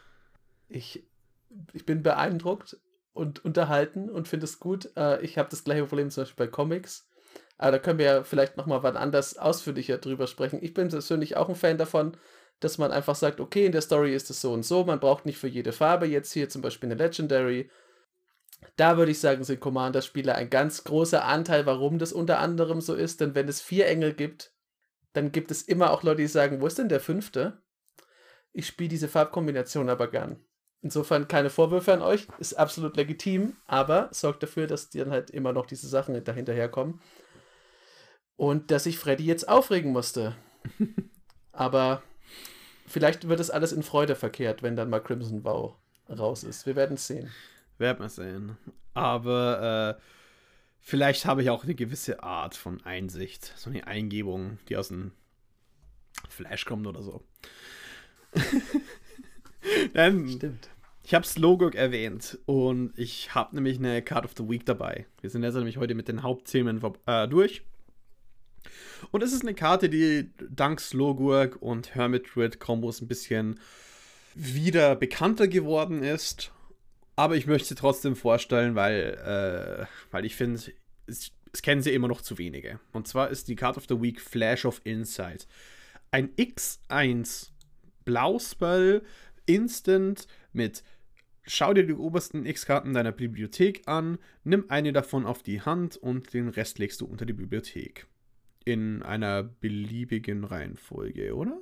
Ich, ich bin beeindruckt und unterhalten und finde es gut. Äh, ich habe das gleiche Problem zum Beispiel bei Comics. Aber da können wir ja vielleicht nochmal wann anders ausführlicher drüber sprechen. Ich bin persönlich auch ein Fan davon, dass man einfach sagt, okay, in der Story ist es so und so, man braucht nicht für jede Farbe jetzt hier zum Beispiel eine Legendary. Da würde ich sagen, sind Commander-Spieler ein ganz großer Anteil, warum das unter anderem so ist. Denn wenn es vier Engel gibt, dann gibt es immer auch Leute, die sagen, wo ist denn der fünfte? Ich spiele diese Farbkombination aber gern. Insofern keine Vorwürfe an euch, ist absolut legitim, aber sorgt dafür, dass dann halt immer noch diese Sachen dahinterherkommen. Und dass sich Freddy jetzt aufregen musste. Aber vielleicht wird es alles in Freude verkehrt, wenn dann mal Crimson Vow raus ist. Wir werden es sehen. Werden wir sehen. Aber äh, vielleicht habe ich auch eine gewisse Art von Einsicht. So eine Eingebung, die aus dem Flash kommt oder so. Dann, Stimmt. Ich habe Slogok erwähnt und ich habe nämlich eine Card of the Week dabei. Wir sind jetzt nämlich heute mit den Hauptthemen äh, durch. Und es ist eine Karte, die dank Slogurk und Hermit Druid Kombos ein bisschen wieder bekannter geworden ist. Aber ich möchte sie trotzdem vorstellen, weil, äh, weil ich finde, es, es kennen sie immer noch zu wenige. Und zwar ist die Card of the Week Flash of Insight. Ein X eins Blau-Spell, Instant mit schau dir die obersten X-Karten deiner Bibliothek an, nimm eine davon auf die Hand und den Rest legst du unter die Bibliothek. In einer beliebigen Reihenfolge, oder?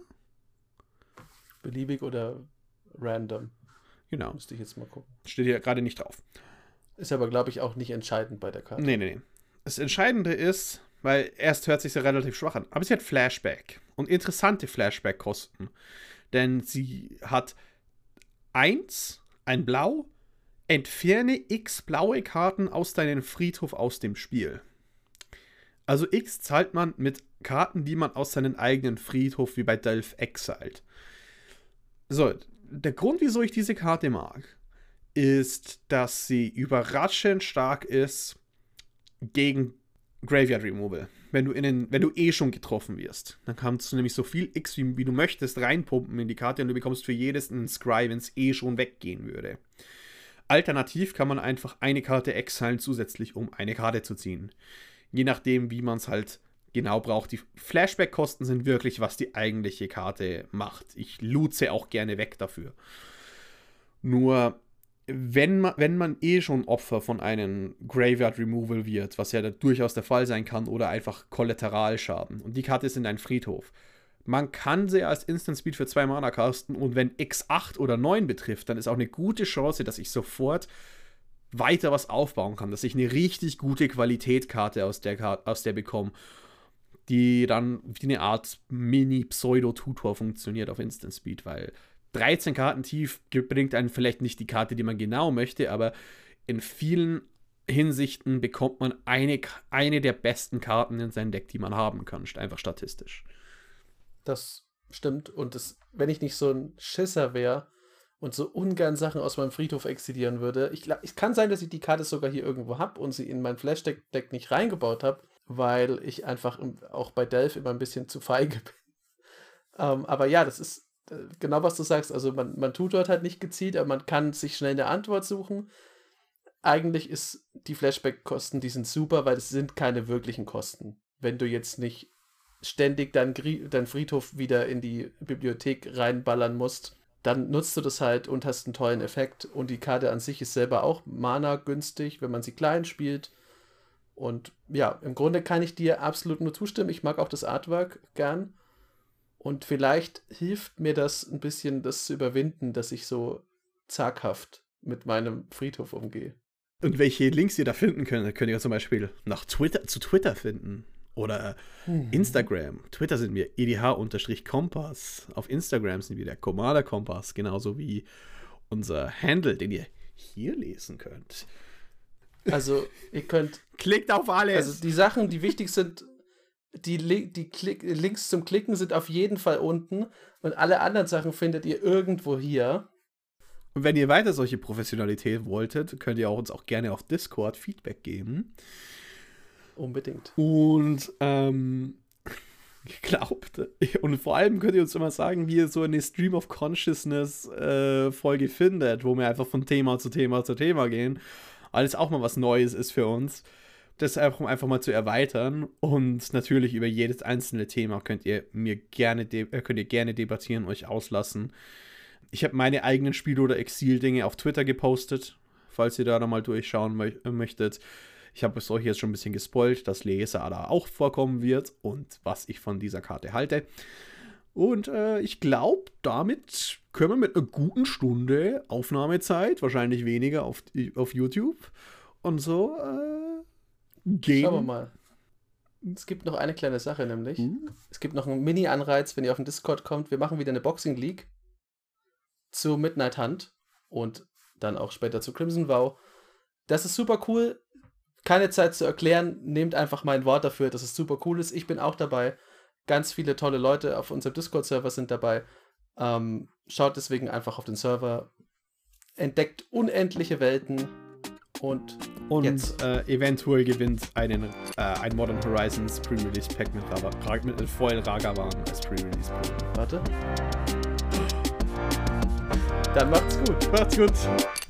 Beliebig oder random? Genau. Müsste ich jetzt mal gucken. Steht hier gerade nicht drauf. Ist aber, glaube ich, auch nicht entscheidend bei der Karte. Nee, nee, nee. Das Entscheidende ist, weil erst hört sich ja relativ schwach an, aber sie hat Flashback. Und interessante Flashback-Kosten. Denn sie hat eins, ein Blau, entferne x blaue Karten aus deinem Friedhof aus dem Spiel. Also X zahlt man mit Karten, die man aus seinem eigenen Friedhof wie bei Delph exiled. So, der Grund, wieso ich diese Karte mag, ist, dass sie überraschend stark ist gegen Graveyard Removal. Wenn du, in den, wenn du eh schon getroffen wirst, dann kannst du nämlich so viel X, wie, wie du möchtest, reinpumpen in die Karte und du bekommst für jedes einen Scry, wenn es eh schon weggehen würde. Alternativ kann man einfach eine Karte exilen zusätzlich, um eine Karte zu ziehen. Je nachdem, wie man es halt genau braucht. Die Flashback-Kosten sind wirklich, was die eigentliche Karte macht. Ich loot sie auch gerne weg dafür. Nur, wenn man, wenn man eh schon Opfer von einem Graveyard Removal wird, was ja da durchaus der Fall sein kann, oder einfach Kollateralschaden, und die Karte ist in deinem Friedhof, man kann sie als Instant Speed für zwei Mana casten, und wenn X acht oder neun betrifft, dann ist auch eine gute Chance, dass ich sofort weiter was aufbauen kann, dass ich eine richtig gute Qualitätkarte aus der, aus der bekomme. die dann wie eine Art Mini-Pseudo-Tutor funktioniert auf Instant Speed, weil dreizehn Karten tief bringt einen vielleicht nicht die Karte, die man genau möchte, aber in vielen Hinsichten bekommt man eine, eine der besten Karten in sein Deck, die man haben kann, einfach statistisch. Das stimmt. Und das, wenn ich nicht so ein Schisser wäre und so ungern Sachen aus meinem Friedhof exilieren würde, ich glaube, es kann sein, dass ich die Karte sogar hier irgendwo habe und sie in mein Flash-Deck nicht reingebaut habe, weil ich einfach im, auch bei Delph immer ein bisschen zu feige bin. Ähm, aber ja, das ist äh, genau, was du sagst. Also man, man tut dort halt nicht gezielt, aber man kann sich schnell eine Antwort suchen. Eigentlich ist die Flashback-Kosten, die sind super, weil es sind keine wirklichen Kosten. Wenn du jetzt nicht ständig deinen dein Friedhof wieder in die Bibliothek reinballern musst, dann nutzt du das halt und hast einen tollen Effekt. Und die Karte an sich ist selber auch Mana günstig, wenn man sie klein spielt. Und ja, im Grunde kann ich dir absolut nur zustimmen. Ich mag auch das Artwork gern. Und vielleicht hilft mir das ein bisschen, das zu überwinden, dass ich so zaghaft mit meinem Friedhof umgehe. Und welche Links ihr da finden könnt, könnt ihr zum Beispiel nach Twitter, zu Twitter finden. Oder hm. Instagram. Twitter sind wir E D H-Kompass. Auf Instagram sind wir der Commander-Kompass. Genauso wie unser Handle, den ihr hier lesen könnt. Also, ihr könnt... Klickt auf alles! Also, die Sachen, die wichtig sind, die, Li- die Klick- Links zum Klicken sind auf jeden Fall unten. Und alle anderen Sachen findet ihr irgendwo hier. Und wenn ihr weiter solche Professionalität wolltet, könnt ihr auch uns auch gerne auf Discord Feedback geben. Unbedingt. Und ähm, glaubt, und vor allem könnt ihr uns immer sagen, wie ihr so eine Stream of Consciousness äh, Folge findet, wo wir einfach von Thema zu Thema zu Thema gehen. Alles auch mal was Neues ist für uns. Das einfach, einfach mal zu erweitern. Und natürlich über jedes einzelne Thema könnt ihr mir gerne, de- könnt ihr gerne debattieren, euch auslassen. Ich habe meine eigenen Spiel- oder Exil-Dinge auf Twitter gepostet, falls ihr da nochmal durchschauen mö- möchtet. Ich habe es euch jetzt schon ein bisschen gespoilt, dass Leesa da auch vorkommen wird und was ich von dieser Karte halte. Und äh, ich glaube, damit können wir mit einer guten Stunde Aufnahmezeit, wahrscheinlich weniger auf, auf YouTube und so, äh, gehen. Schauen wir mal. Es gibt noch eine kleine Sache, nämlich. Mhm. Es gibt noch einen Mini-Anreiz, wenn ihr auf den Discord kommt. Wir machen wieder eine Boxing League zu Midnight Hunt und dann auch später zu Crimson Vow. Das ist super cool. Keine Zeit zu erklären, nehmt einfach mein Wort dafür, dass es super cool ist. Ich bin auch dabei. Ganz viele tolle Leute auf unserem Discord-Server sind dabei. Ähm, schaut deswegen einfach auf den Server. Entdeckt unendliche Welten. Und, und jetzt. Äh, eventuell gewinnt einen, äh, ein Modern Horizons Pre-Release Pack mit, Rava, mit Foil Ragavan als Pre-Release Pack. Warte. Dann macht's gut. Macht's gut.